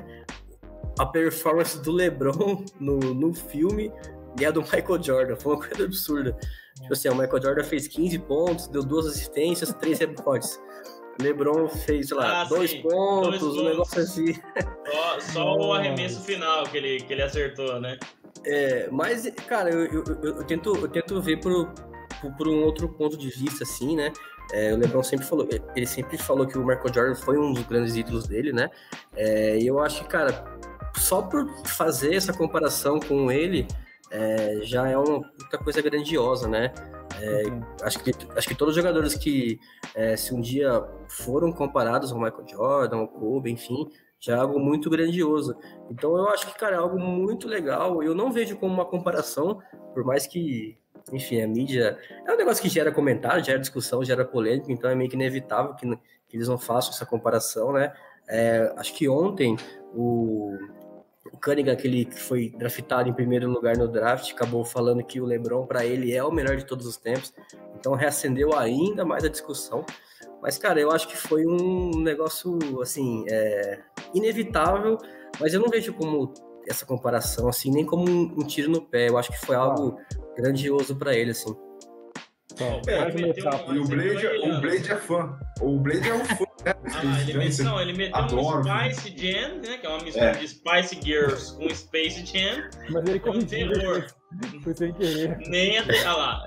a performance do LeBron no filme e a do Michael Jordan. Foi uma coisa absurda. Tipo assim, o Michael Jordan fez 15 pontos, deu 2 assistências, 3 rebotes. O LeBron fez, sei lá, 2 pontos, um negócio assim. Só o arremesso final que ele acertou, né? Mas, cara, eu tento ver por um outro ponto de vista, assim, né? O LeBron sempre falou que o Michael Jordan foi um dos grandes ídolos dele, né? E eu acho que, cara, só por fazer essa comparação com ele, já é uma puta coisa grandiosa, né? Acho que todos os jogadores que, se um dia foram comparados ao Michael Jordan, ao Kobe, enfim, já é algo muito grandioso. Então eu acho que, cara, é algo muito legal. Eu não vejo como uma comparação, por mais que, enfim, a mídia é um negócio que gera comentário, gera discussão, gera polêmica, então é meio que inevitável que eles não façam essa comparação, né? Acho que ontem o Cunningham, aquele que foi draftado em primeiro lugar no draft, acabou falando que o LeBron, para ele, é o melhor de todos os tempos. Então reacendeu ainda mais a discussão. Mas, cara, eu acho que foi um negócio, assim, inevitável, mas eu não vejo como essa comparação, assim, nem como um tiro no pé. Eu acho que foi algo grandioso para ele, assim. E o Blade é fã. O Blade é um fã. Ele meteu um Spice Jam, né? Que é uma mistura de Spice Girls com Space Jam. Mas ele corrigiu, foi sem querer. Nem até. Olha lá.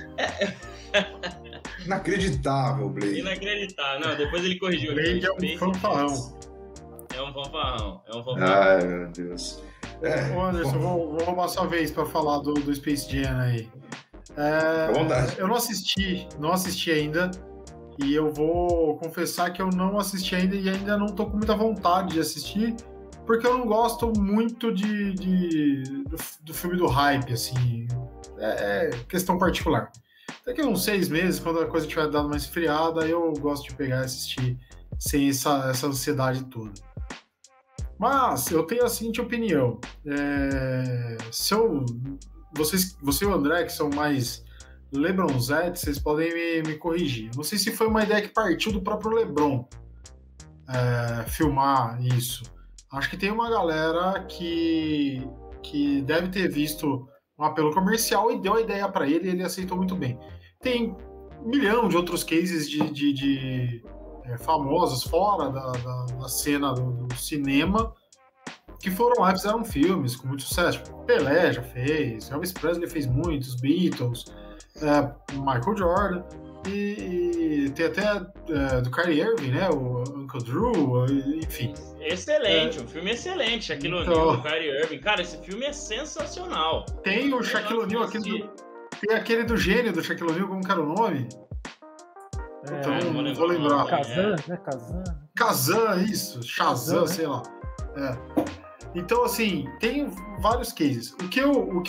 Inacreditável, Blade. Inacreditável. Não, depois ele corrigiu. O Blade é um fanfarrão. É um fanfarrão. Ai, meu Deus. Ô, Anderson, vou roubar sua vez pra falar do Space Jam aí. Eu não assisti ainda. E eu vou confessar que eu não assisti ainda e ainda não tô com muita vontade de assistir, porque eu não gosto muito do filme do hype, assim. É questão particular. Daqui a uns 6 meses, quando a coisa tiver dado mais esfriada, eu gosto de pegar e assistir sem essa ansiedade toda. Mas eu tenho a seguinte opinião. Você e o André, que são mais LeBronzettes, vocês podem me corrigir. Não sei se foi uma ideia que partiu do próprio LeBron filmar isso. Acho que tem uma galera que deve ter visto um apelo comercial e deu a ideia para ele e ele aceitou muito bem. Tem 1 milhão de outros cases de famosos fora da cena do cinema que foram lá e fizeram filmes com muito sucesso. Pelé já fez, Elvis Presley fez muitos, Beatles, Michael Jordan, e tem até do Kyrie Irving, né? O Uncle Drew, enfim. Excelente, um filme excelente. Shaquille O'Neal, Kyrie Irving. Cara, esse filme é sensacional. Tem o Shaquille O'Neal, tem aquele do gênio do Shaquille O'Neal, como que era o nome? Então, não vou lembrar. Kazan, né? Kazan, isso. Shazam, sei lá. Então, assim, tem vários cases. O que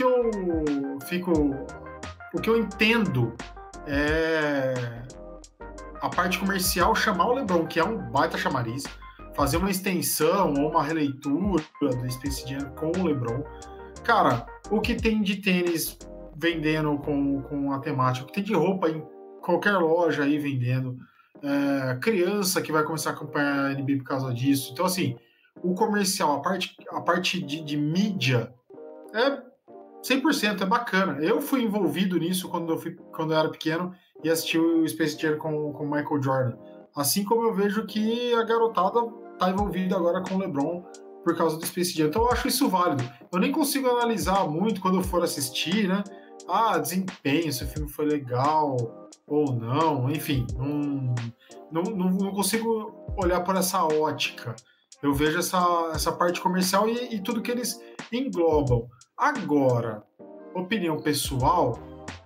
eu entendo é a parte comercial chamar o LeBron, que é um baita chamariz, fazer uma extensão ou uma releitura do Space Jam com o LeBron. Cara, o que tem de tênis vendendo com a temática, o que tem de roupa em qualquer loja aí vendendo, criança que vai começar a acompanhar a NBA por causa disso. Então, assim, o comercial, a parte de mídia é 100%, é bacana. Eu fui envolvido nisso quando eu era pequeno e assisti o Space Jam com o Michael Jordan. Assim como eu vejo que a garotada tá envolvida agora com o LeBron por causa do Space Jam. Então eu acho isso válido. Eu nem consigo analisar muito quando eu for assistir, né? Desempenho, se o filme foi legal ou não, enfim, não consigo olhar por essa ótica. Eu vejo essa parte comercial e tudo que eles englobam. Agora, opinião pessoal,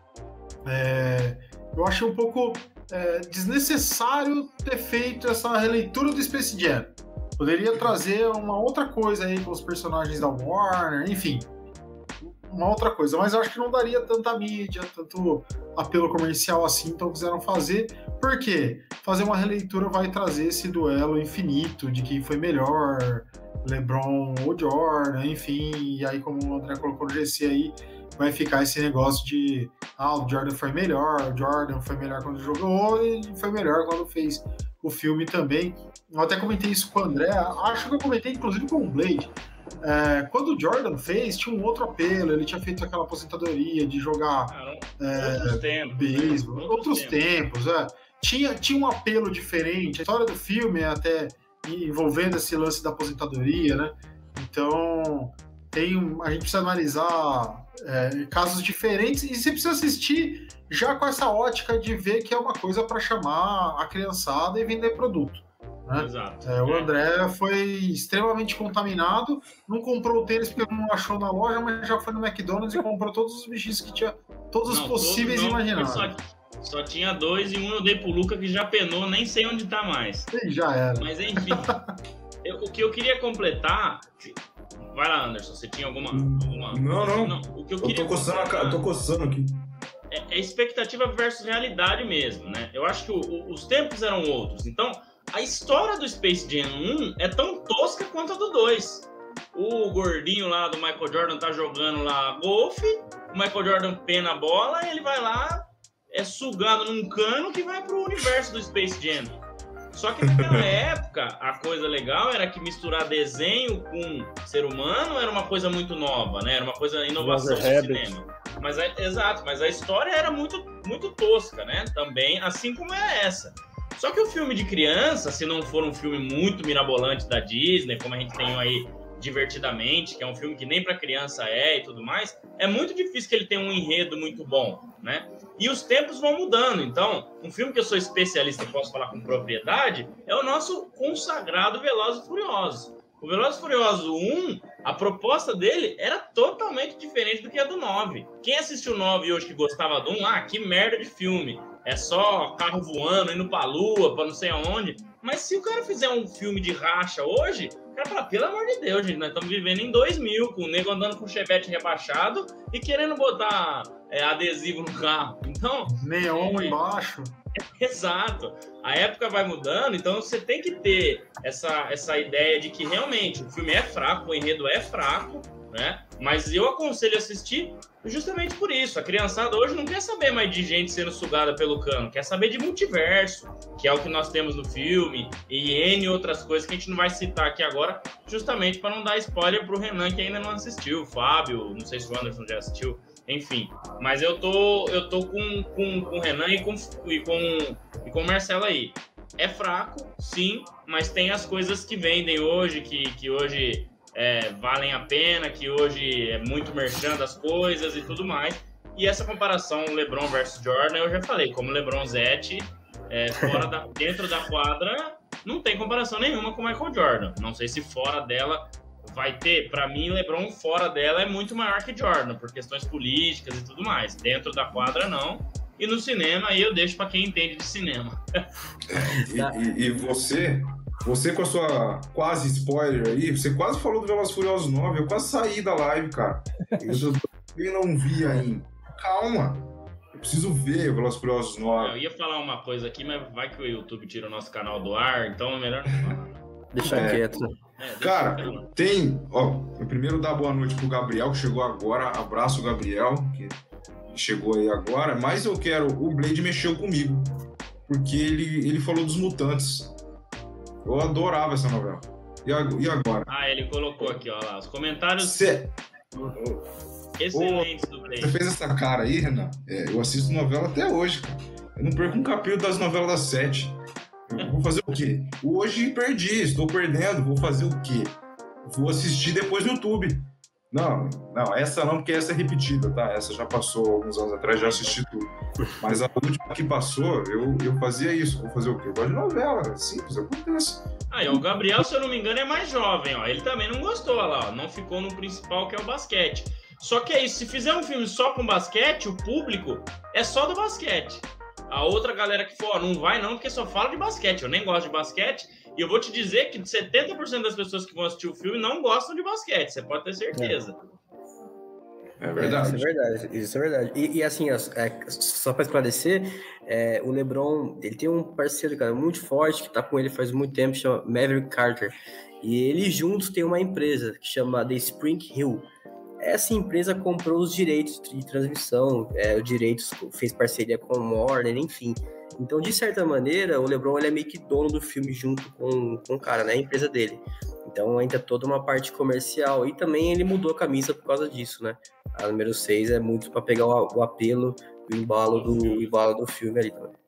eu achei um pouco desnecessário ter feito essa releitura do Space Jam. Poderia trazer uma outra coisa aí com os personagens da Warner, enfim, uma outra coisa. Mas eu acho que não daria tanta mídia, tanto apelo comercial assim, então quiseram fazer. Por quê? Fazer uma releitura vai trazer esse duelo infinito de quem foi melhor, LeBron ou Jordan, enfim, e aí como o André colocou no GC aí, vai ficar esse negócio de o Jordan foi melhor, o Jordan foi melhor quando jogou e foi melhor quando fez o filme também. Eu até comentei isso com o André, acho que eu comentei inclusive com o Blade. Quando o Jordan fez, tinha um outro apelo, ele tinha feito aquela aposentadoria de jogar beisebol, outros tempos. Tinha um apelo diferente, a história do filme é até envolvendo esse lance da aposentadoria, né? Então a gente precisa analisar casos diferentes e você precisa assistir já com essa ótica de ver que é uma coisa para chamar a criançada e vender produto. Né? Exato. O André foi extremamente contaminado, não comprou o tênis porque não achou na loja, mas já foi no McDonald's e comprou todos os bichinhos que tinha, todos os possíveis e imagináveis. Só tinha 2 e um eu dei pro Luca que já penou, nem sei onde tá mais. E já era. Mas enfim, o que eu queria completar... Vai lá, Anderson, você tinha alguma... Não. O que eu tô coçando aqui. É expectativa versus realidade mesmo, né? Eu acho que os tempos eram outros. Então, a história do Space Jam 1 é tão tosca quanto a do 2. O gordinho lá do Michael Jordan tá jogando lá golfe, o Michael Jordan pena a bola e ele vai lá, sugado num cano que vai pro universo do Space Jam. Só que naquela época, a coisa legal era que misturar desenho com ser humano era uma coisa muito nova, né? Era uma coisa inovação do cinema. Mas a história era muito, muito tosca, né? Também, assim como é essa. Só que o filme de criança, se não for um filme muito mirabolante da Disney, como a gente tem aí Divertidamente, que é um filme que nem para criança e tudo mais, é muito difícil que ele tenha um enredo muito bom, né? E os tempos vão mudando. Então, um filme que eu sou especialista e posso falar com propriedade é o nosso consagrado Velozes e Furiosos. O Velozes e Furiosos 1, a proposta dele era totalmente diferente do que a do 9. Quem assistiu o 9 hoje que gostava do 1, que merda de filme. É só carro voando, indo pra lua, pra não sei aonde. Mas se o cara fizer um filme de racha hoje, o cara fala, pelo amor de Deus, gente, nós estamos vivendo em 2000, com o nego andando com chevette rebaixado e querendo botar adesivo no carro. Então... neon embaixo. Exato. A época vai mudando, então você tem que ter essa ideia de que realmente o filme é fraco, o enredo é fraco, né? Mas eu aconselho assistir justamente por isso. A criançada hoje não quer saber mais de gente sendo sugada pelo cano, quer saber de multiverso, que é o que nós temos no filme, e N outras coisas que a gente não vai citar aqui agora, justamente para não dar spoiler pro Renan que ainda não assistiu, o Fábio, não sei se o Anderson já assistiu, enfim. Mas eu tô com o Renan e com o Marcelo aí. É fraco, sim, mas tem as coisas que vendem hoje, que hoje valem a pena, que hoje é muito merchan das coisas e tudo mais. E essa comparação LeBron versus Jordan, eu já falei, como LeBron Zete, dentro da quadra, não tem comparação nenhuma com o Michael Jordan. Não sei se fora dela vai ter. Para mim, LeBron fora dela é muito maior que Jordan, por questões políticas e tudo mais. Dentro da quadra, não. E no cinema, aí eu deixo para quem entende de cinema. E você com a sua quase spoiler aí, você quase falou do Velozes e Furiosos 9, eu quase saí da live, cara. Eu não vi ainda. Calma, eu preciso ver o Velozes e Furiosos 9. Eu ia falar uma coisa aqui, mas vai que o YouTube tira o nosso canal do ar, então é melhor não falar. Deixa quieto. Cara, tem... eu primeiro dar boa noite pro Gabriel, que chegou agora. Abraço, Gabriel, que chegou aí agora. Mas o Blade mexeu comigo, porque ele falou dos Mutantes. Eu adorava essa novela. E agora? Ele colocou aqui, ó lá, os comentários excelentes do Blade. Você fez essa cara aí, Renan? Eu assisto novela até hoje, cara. Eu não perco um capítulo das novelas das 7. Eu vou fazer o quê? Hoje perdi, estou perdendo, vou fazer o quê? vou assistir depois no YouTube. Não, essa não, porque essa é repetida, tá? Essa já passou alguns anos atrás, já assisti tudo. Mas a última que passou, eu fazia isso. Vou fazer o quê? Eu gosto de novela, é simples, acontece. E o Gabriel, se eu não me engano, é mais jovem, ó. Ele também não gostou, olha lá, ó. Não ficou no principal, que é o basquete. Só que é isso, se fizer um filme só com basquete, o público é só do basquete. A outra galera que for, não vai não, porque só fala de basquete. Eu nem gosto de basquete. E eu vou te dizer que 70% das pessoas que vão assistir o filme não gostam de basquete. Você pode ter certeza. É verdade. Isso é verdade. E assim, só para esclarecer, o LeBron, ele tem um parceiro, cara, muito forte, que tá com ele faz muito tempo, chama Maverick Carter. E eles juntos têm uma empresa que chama The Spring Hill. Essa empresa comprou os direitos de transmissão, fez parceria com o Warner, enfim. Então, de certa maneira, o LeBron ele é meio que dono do filme junto com o cara, né? A empresa dele. Então, entra toda uma parte comercial. E também ele mudou a camisa por causa disso, né? A número 6 é muito para pegar o apelo, o embalo do filme ali também.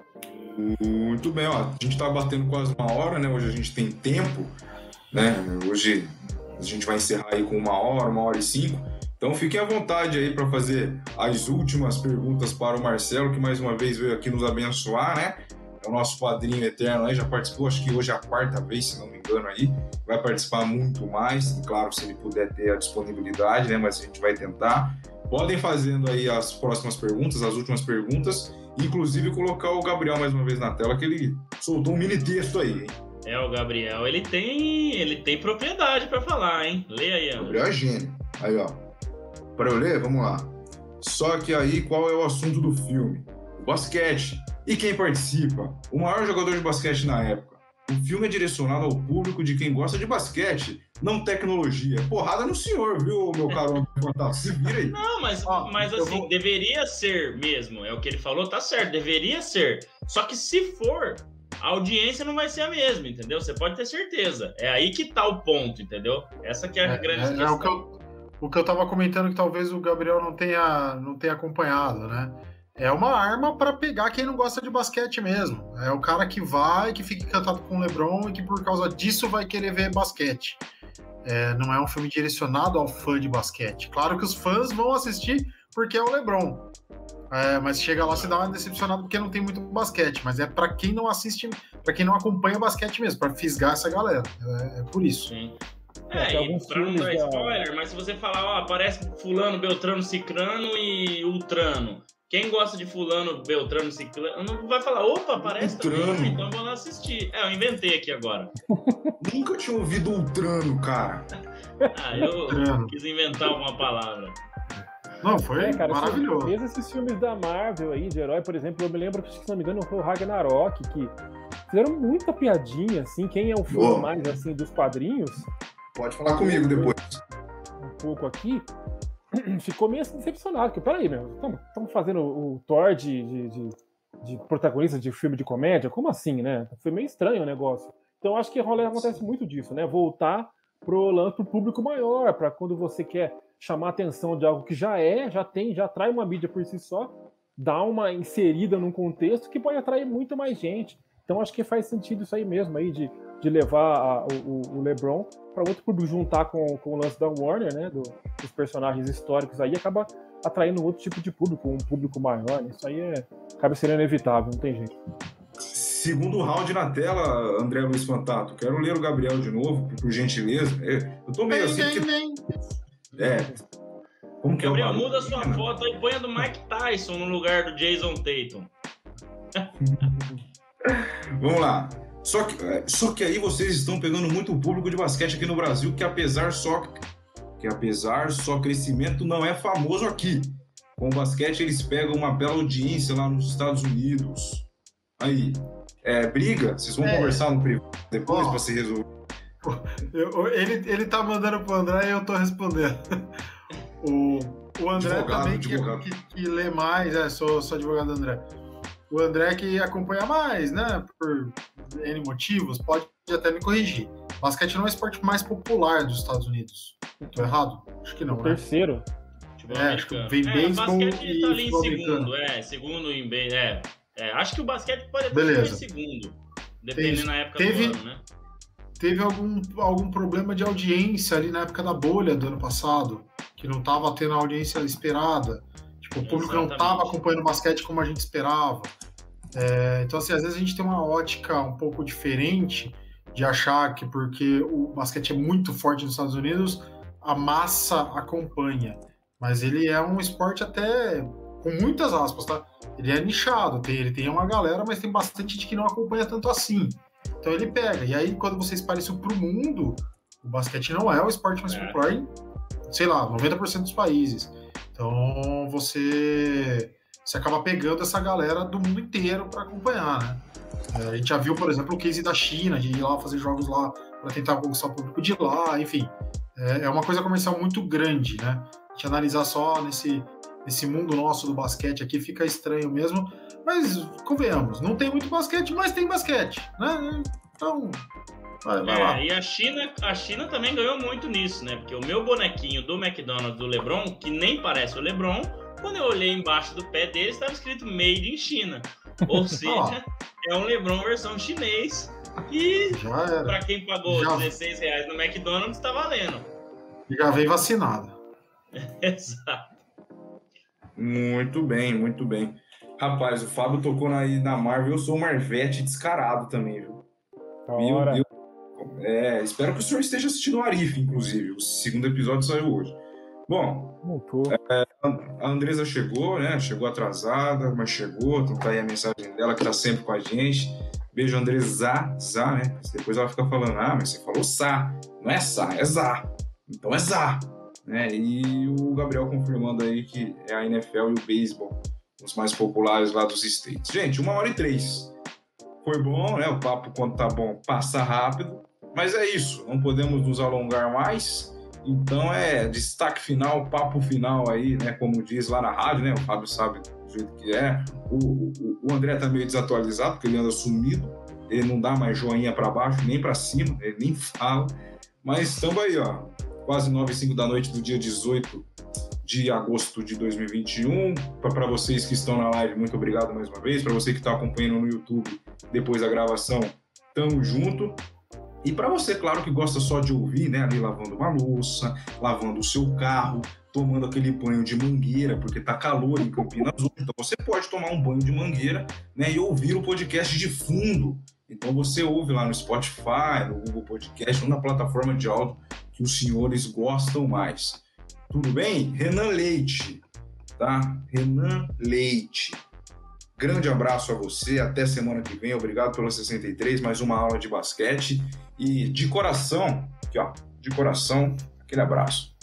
Muito bem, ó. A gente tá batendo quase 1 hora, né? Hoje a gente tem tempo, né? Hoje a gente vai encerrar aí com 1 hora, 1h05. Então fiquem à vontade aí para fazer as últimas perguntas para o Marcelo, que mais uma vez veio aqui nos abençoar, né? É o nosso padrinho eterno aí, já participou, acho que hoje é a 4ª vez, se não me engano aí. Vai participar muito mais, e claro, se ele puder ter a disponibilidade, né? Mas a gente vai tentar. Podem fazendo aí as próximas perguntas, as últimas perguntas, inclusive colocar o Gabriel mais uma vez na tela, que ele soltou um mini texto aí, hein? O Gabriel, ele tem propriedade para falar, hein? Lê aí, André. Gabriel é gênio. Aí, ó. Para eu ler, vamos lá. Só que aí, qual é o assunto do filme? O basquete. E quem participa? O maior jogador de basquete na época. O filme é direcionado ao público de quem gosta de basquete, não tecnologia. Porrada no senhor, viu, meu caro André? Se vira aí. Não, mas assim, deveria ser mesmo. É o que ele falou, tá certo, deveria ser. Só que se for, a audiência não vai ser a mesma, entendeu? Você pode ter certeza. É aí que tá o ponto, entendeu? Essa que é a grande questão. O que eu tava comentando, que talvez o Gabriel não tenha acompanhado, né? É uma arma para pegar quem não gosta de basquete mesmo. É o cara que vai, que fica encantado com o LeBron e que por causa disso vai querer ver basquete. Não é um filme direcionado ao fã de basquete. Claro que os fãs vão assistir porque é o LeBron. Mas chega lá, se dá uma decepcionada porque não tem muito basquete. Mas é para quem não assiste, para quem não acompanha basquete mesmo, para fisgar essa galera. É por isso. Sim. E pra não dar spoiler, mas se você falar, ó, aparece fulano, beltrano, cicrano e ultrano. Quem gosta de fulano, beltrano, cicrano, não vai falar, opa, aparece também, então eu vou lá assistir. Eu inventei aqui agora. Nunca tinha ouvido ultrano, cara. Eu quis inventar alguma palavra. Não, foi cara, maravilhoso. Mesmo esses filmes da Marvel aí, de herói, por exemplo, eu me lembro, se não me engano, foi o Ragnarok, que fizeram muita piadinha, assim, quem é o fã mais, assim, dos quadrinhos... Pode falar comigo depois. Um pouco aqui, ficou meio decepcionado, porque peraí, meu, estamos fazendo o Thor de protagonista de filme de comédia? Como assim, né? Foi meio estranho o negócio. Então acho que acontece muito disso, né? Voltar pro público maior, para quando você quer chamar a atenção de algo que já atrai uma mídia por si só, dar uma inserida num contexto que pode atrair muito mais gente. Então acho que faz sentido isso aí mesmo, aí de levar o LeBron para outro público, juntar com o lance da Warner, né, dos personagens históricos aí, acaba atraindo outro tipo de público, um público maior, né? Isso aí acaba sendo inevitável, não tem jeito. Segundo round na tela, André Luiz Fantato. Quero ler o Gabriel de novo, por gentileza. Eu tô meio assim Como que Gabriel, muda a sua foto aí, põe a do Mike Tyson no lugar do Jason Tatum. Vamos lá. Só que aí vocês estão pegando muito o público de basquete aqui no Brasil, que apesar só crescimento não é famoso aqui. Com o basquete eles pegam uma bela audiência lá nos Estados Unidos. Aí, briga? Vocês vão conversar no privado depois para se resolver? Ele tá mandando pro André e eu tô respondendo. O André também que lê mais, sou advogado do André. O André que acompanha mais, né? Por N motivos, pode até me corrigir. Basquete não é o esporte mais popular dos Estados Unidos. Tô errado? Acho que não, né? Terceiro. Acho que vem beisebol e basquete tá ali em segundo em bem. Acho que o basquete pode até ficar em segundo, dependendo na época do ano, né? teve algum problema de audiência ali na época da bolha do ano passado, que não estava tendo a audiência esperada. Tipo, o público não estava acompanhando o basquete como a gente esperava. Então, assim, às vezes a gente tem uma ótica um pouco diferente de achar que porque o basquete é muito forte nos Estados Unidos, a massa acompanha. Mas ele é um esporte até com muitas aspas, tá? Ele é nichado, ele tem uma galera, mas tem bastante gente que não acompanha tanto assim. Então ele pega. E aí, quando você espalha isso pro mundo, o basquete não é o esporte mais popular em, sei lá, 90% dos países. Então você acaba pegando essa galera do mundo inteiro para acompanhar, né? A gente já viu, por exemplo, o case da China, de ir lá fazer jogos lá para tentar conquistar o público de lá, enfim. É uma coisa comercial muito grande, né? A gente analisar só nesse mundo nosso do basquete aqui fica estranho mesmo, mas convenhamos, não tem muito basquete, mas tem basquete, né? Então, vai lá. E a China também ganhou muito nisso, né? Porque o meu bonequinho do McDonald's do LeBron, que nem parece o LeBron, quando eu olhei embaixo do pé dele, estava escrito Made in China. Ou seja, é um LeBron versão chinês. E para quem pagou R$16 no McDonald's, tá valendo. Já veio vacinado. Exato. Muito bem, muito bem. Rapaz, o Fábio tocou na Marvel, eu sou um Marvete descarado também, viu? Meu Deus. Espero que o senhor esteja assistindo o Arif, inclusive. O segundo episódio saiu hoje. Bom, a Andresa chegou, né? Chegou atrasada, mas chegou. Então tá aí a mensagem dela, que tá sempre com a gente. Beijo, Andresa. Zá, né? Depois ela fica falando, mas você falou Sá. Não é Sá, é Zá. Então é Zá. Né? E o Gabriel confirmando aí que é a NFL e o beisebol, os mais populares lá dos States. Gente, 1h03. Foi bom, né? O papo, quando tá bom, passa rápido. Mas é isso, não podemos nos alongar mais. Então destaque final, papo final aí, né? Como diz lá na rádio, né? O Fábio sabe do jeito que é. O André tá meio desatualizado, porque ele anda sumido. Ele não dá mais joinha para baixo, nem para cima, ele nem fala. Mas estamos aí, ó. Quase 9h05 da noite do dia 18 de agosto de 2021. Para vocês que estão na live, muito obrigado mais uma vez. Para você que está acompanhando no YouTube depois da gravação, tamo junto. E para você, claro, que gosta só de ouvir, né? Ali lavando uma louça, lavando o seu carro, tomando aquele banho de mangueira, porque tá calor em Campinas hoje. Então você pode tomar um banho de mangueira, né? E ouvir o podcast de fundo. Então você ouve lá no Spotify, no Google Podcast ou na plataforma de áudio que os senhores gostam mais. Tudo bem? Renan Leite, tá? Renan Leite. Grande abraço a você, até semana que vem. Obrigado pelo 63, mais uma aula de basquete. E de coração, aqui ó, de coração, aquele abraço.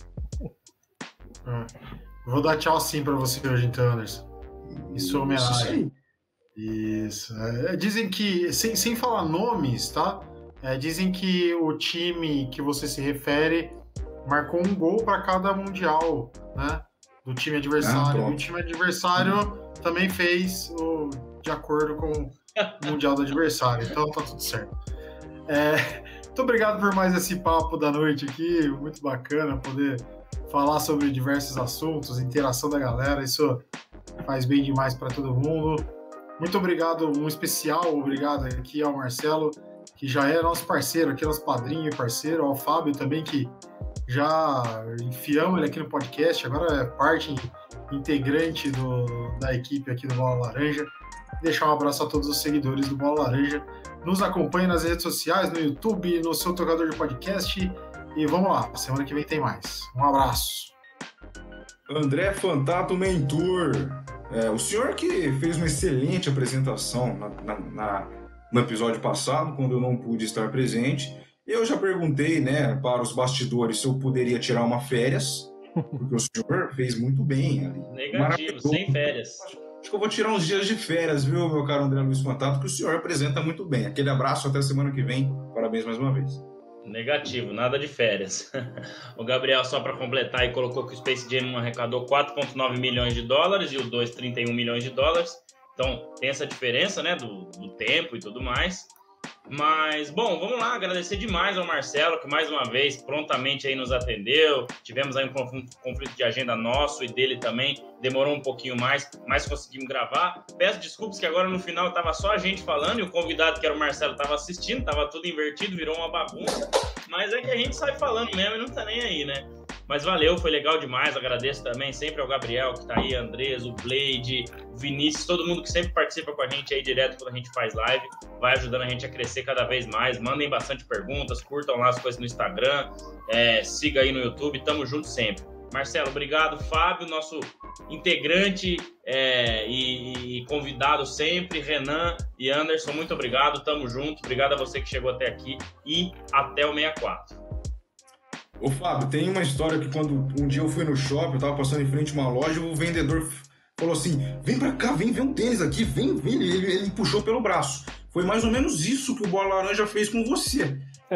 Vou dar tchau sim pra você hoje, então, Anderson. Isso é homenagem. Isso. Dizem que, sem falar nomes, tá? Dizem que o time que você se refere marcou um gol para cada mundial, né? Do time adversário. O time adversário também fez de acordo com o mundial do adversário. Então tá tudo certo. Muito obrigado por mais esse papo da noite aqui. Muito bacana poder falar sobre diversos assuntos, interação da galera. Isso faz bem demais para todo mundo. Muito obrigado, um especial obrigado aqui ao Marcelo, que já é nosso parceiro, aqui nosso padrinho e parceiro, ao Fábio também, que já enfiamos ele aqui no podcast, agora é parte integrante da equipe aqui do Bola Laranja. Deixar um abraço a todos os seguidores do Bola Laranja. Nos acompanhe nas redes sociais, no YouTube, no seu tocador de podcast. E vamos lá, semana que vem tem mais. Um abraço. André Fantato Mentor. O senhor que fez uma excelente apresentação no episódio passado, quando eu não pude estar presente. Eu já perguntei, né, para os bastidores se eu poderia tirar uma férias, porque o senhor fez muito bem ali. Negativo, sem férias. Acho que eu vou tirar uns dias de férias, viu, meu caro André Luiz Fantato, que o senhor apresenta muito bem. Aquele abraço, até semana que vem. Parabéns mais uma vez. Negativo, nada de férias. O Gabriel, só para completar, e colocou que o Space Jam arrecadou 4,9 milhões de dólares e os dois 31 milhões de dólares. Então tem essa diferença, né, do tempo e tudo mais. Mas, bom, vamos lá, agradecer demais ao Marcelo, que mais uma vez prontamente aí nos atendeu. Tivemos aí um conflito de agenda nosso e dele também, demorou um pouquinho mais, mas conseguimos gravar. Peço desculpas que agora no final tava só a gente falando e o convidado, que era o Marcelo, tava assistindo, tava tudo invertido, virou uma bagunça. Mas é que a gente sai falando mesmo e não tá nem aí, né? Mas valeu, foi legal demais, agradeço também sempre ao Gabriel que tá aí, Andrés, o Blade, o Vinícius, todo mundo que sempre participa com a gente aí direto quando a gente faz live, vai ajudando a gente a crescer cada vez mais, mandem bastante perguntas, curtam lá as coisas no Instagram, siga aí no YouTube, tamo junto sempre. Marcelo, obrigado. Fábio, nosso integrante e convidado sempre, Renan e Anderson, muito obrigado, tamo junto, obrigado a você que chegou até aqui e até o 64. Ô, Fábio, tem uma história que quando um dia eu fui no shopping, eu tava passando em frente a uma loja, o vendedor falou assim, vem pra cá, vem ver um tênis aqui, vem, ele puxou pelo braço. Foi mais ou menos isso que o Bola Laranja fez com você.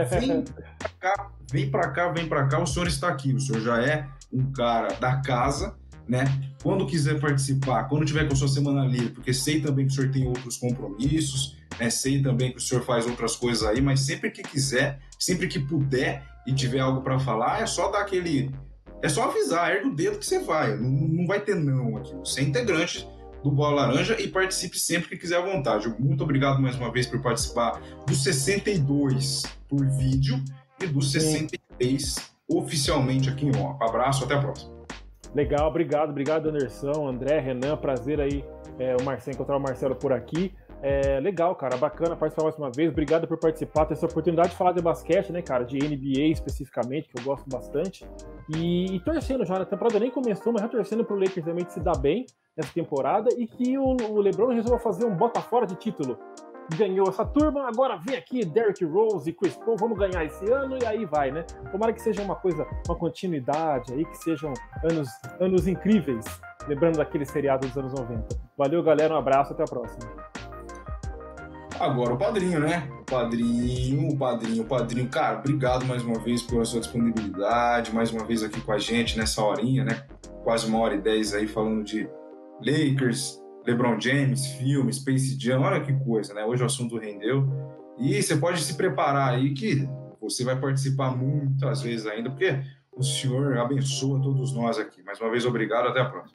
Vem pra cá, o senhor está aqui, o senhor já é um cara da casa, né? Quando quiser participar, quando tiver com a sua semana livre, porque sei também que o senhor tem outros compromissos, né? Sei também que o senhor faz outras coisas aí, mas sempre que quiser, sempre que puder e tiver algo para falar, é só dar aquele... É só avisar, ergue o dedo que você vai. Não vai ter não aqui. Você é integrante do Bola Laranja e participe sempre que quiser à vontade. Muito obrigado mais uma vez por participar do 62 por vídeo e do 63 oficialmente aqui em ON. Abraço, até a próxima. Legal, obrigado Anderson, André, Renan, prazer aí encontrar o Marcelo por aqui. Legal, cara, bacana participar mais uma vez, obrigado por participar, ter essa oportunidade de falar de basquete, né, cara, de NBA especificamente, que eu gosto bastante, e torcendo já, a temporada nem começou, mas já torcendo pro Lakers também de se dar bem nessa temporada, e que o LeBron resolveu fazer um bota fora de título. Ganhou essa turma, agora vem aqui Derrick Rose e Chris Paul, vamos ganhar esse ano, e aí vai, né? Tomara que seja uma continuidade aí, que sejam anos incríveis, lembrando daquele seriado dos anos 90. Valeu, galera, um abraço, até a próxima. Agora o padrinho, né? O padrinho. Cara, obrigado mais uma vez pela sua disponibilidade, mais uma vez aqui com a gente nessa horinha, né? Quase 1h10 aí falando de Lakers, LeBron James, filme, Space Jam, olha que coisa, né? Hoje o assunto rendeu. E você pode se preparar aí que você vai participar muitas vezes ainda, porque o senhor abençoa todos nós aqui. Mais uma vez, obrigado, até a próxima.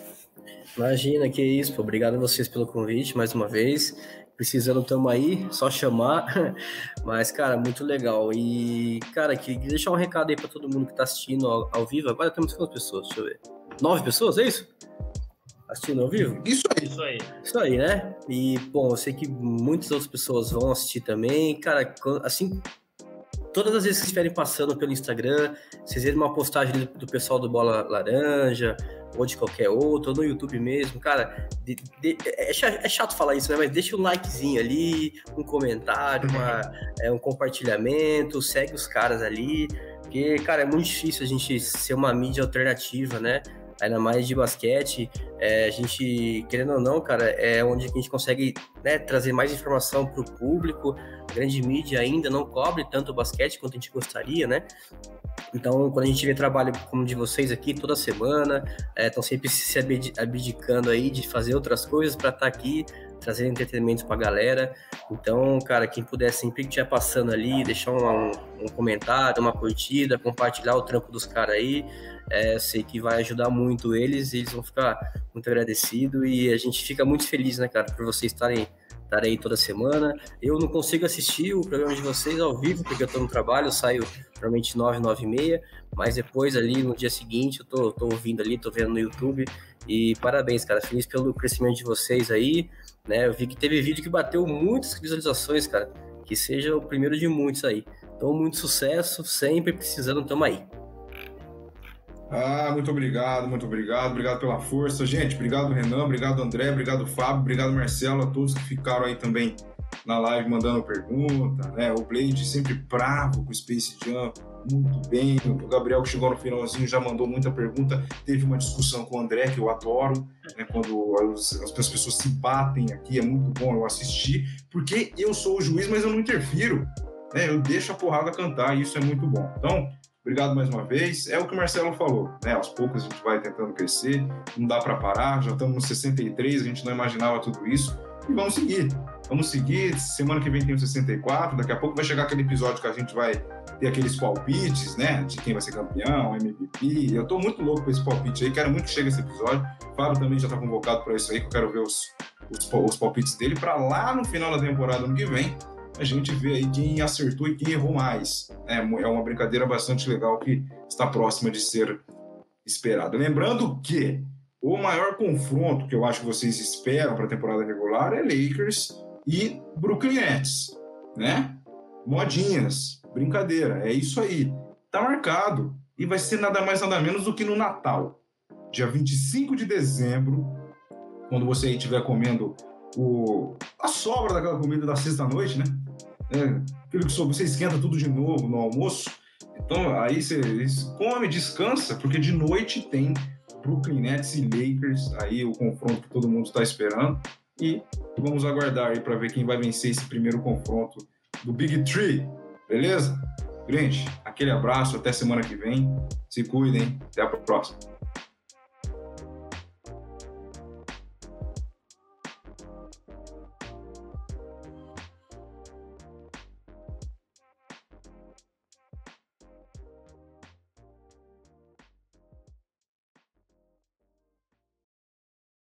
Imagina, que isso, pô. Obrigado a vocês pelo convite, mais uma vez. Precisando, tamo aí, só chamar. Mas, cara, muito legal. E, cara, queria deixar um recado aí pra todo mundo que tá assistindo ao vivo. Agora temos quantas pessoas? Deixa eu ver. 9 pessoas, é isso? Assistindo ao vivo? Isso aí, né? E, bom, eu sei que muitas outras pessoas vão assistir também. Cara, assim, todas as vezes que estiverem passando pelo Instagram, vocês verem uma postagem do pessoal do Bola Laranja, ou de qualquer outro, ou no YouTube mesmo, cara, é chato falar isso, né? Mas deixa um likezinho ali, um comentário, um compartilhamento, segue os caras ali, porque, cara, é muito difícil a gente ser uma mídia alternativa, né? Ainda mais de basquete, a gente, querendo ou não, cara, é onde a gente consegue, né, trazer mais informação para o público. A grande mídia ainda não cobre tanto o basquete quanto a gente gostaria, né? Então, quando a gente vê trabalho como o de vocês aqui toda semana, estão sempre se abdicando aí de fazer outras coisas para estar aqui, trazer entretenimento para a galera. Então, cara, quem puder sempre que estiver passando ali, deixar um comentário, uma curtida, compartilhar o trampo dos caras aí, sei que vai ajudar muito eles e eles vão ficar muito agradecidos e a gente fica muito feliz, né, cara, por vocês estarem aí toda semana. Eu não consigo assistir o programa de vocês ao vivo, porque eu tô no trabalho, eu saio normalmente 9h30, mas depois ali no dia seguinte eu tô ouvindo ali, tô vendo no YouTube e parabéns, cara, feliz pelo crescimento de vocês aí, né, eu vi que teve vídeo que bateu muitas visualizações, cara, que seja o primeiro de muitos aí. Então, muito sucesso, sempre precisando, tamo aí. Muito obrigado pela força. Gente, obrigado Renan, obrigado André, obrigado Fábio, obrigado Marcelo, a todos que ficaram aí também na live mandando pergunta, né? O Blade sempre bravo com o Space Jam, muito bem. O Gabriel que chegou no finalzinho já mandou muita pergunta. Teve uma discussão com o André, que eu adoro, né? Quando as pessoas se batem aqui, é muito bom eu assistir, porque eu sou o juiz, mas eu não interfiro, né? Eu deixo a porrada cantar e isso é muito bom. Então, obrigado mais uma vez. É o que o Marcelo falou, né? Aos poucos a gente vai tentando crescer, não dá para parar, já estamos no 63, a gente não imaginava tudo isso e vamos seguir. Vamos seguir. Semana que vem tem o 64. Daqui a pouco vai chegar aquele episódio que a gente vai ter aqueles palpites, né? De quem vai ser campeão, MVP. Eu tô muito louco com esse palpite aí. Quero muito que chegue esse episódio. O Fábio também já tá convocado para isso aí, que eu quero ver os palpites dele para lá no final da temporada ano que vem a gente ver aí quem acertou e quem errou mais. É uma brincadeira bastante legal que está próxima de ser esperada. Lembrando que o maior confronto que eu acho que vocês esperam para a temporada regular é Lakers e Brooklyn Nets, né? Modinhas, brincadeira, é isso aí. Tá marcado e vai ser nada mais nada menos do que no Natal, dia 25 de dezembro, quando você aí estiver comendo a sobra daquela comida da sexta-noite, né? Aquilo que você esquenta tudo de novo no almoço. Então aí você come, descansa, porque de noite tem Brooklyn Nets e Lakers, aí o confronto que todo mundo está esperando. E vamos aguardar aí para ver quem vai vencer esse primeiro confronto do Big Three, beleza? Gente, aquele abraço, até semana que vem. Se cuidem, até a próxima.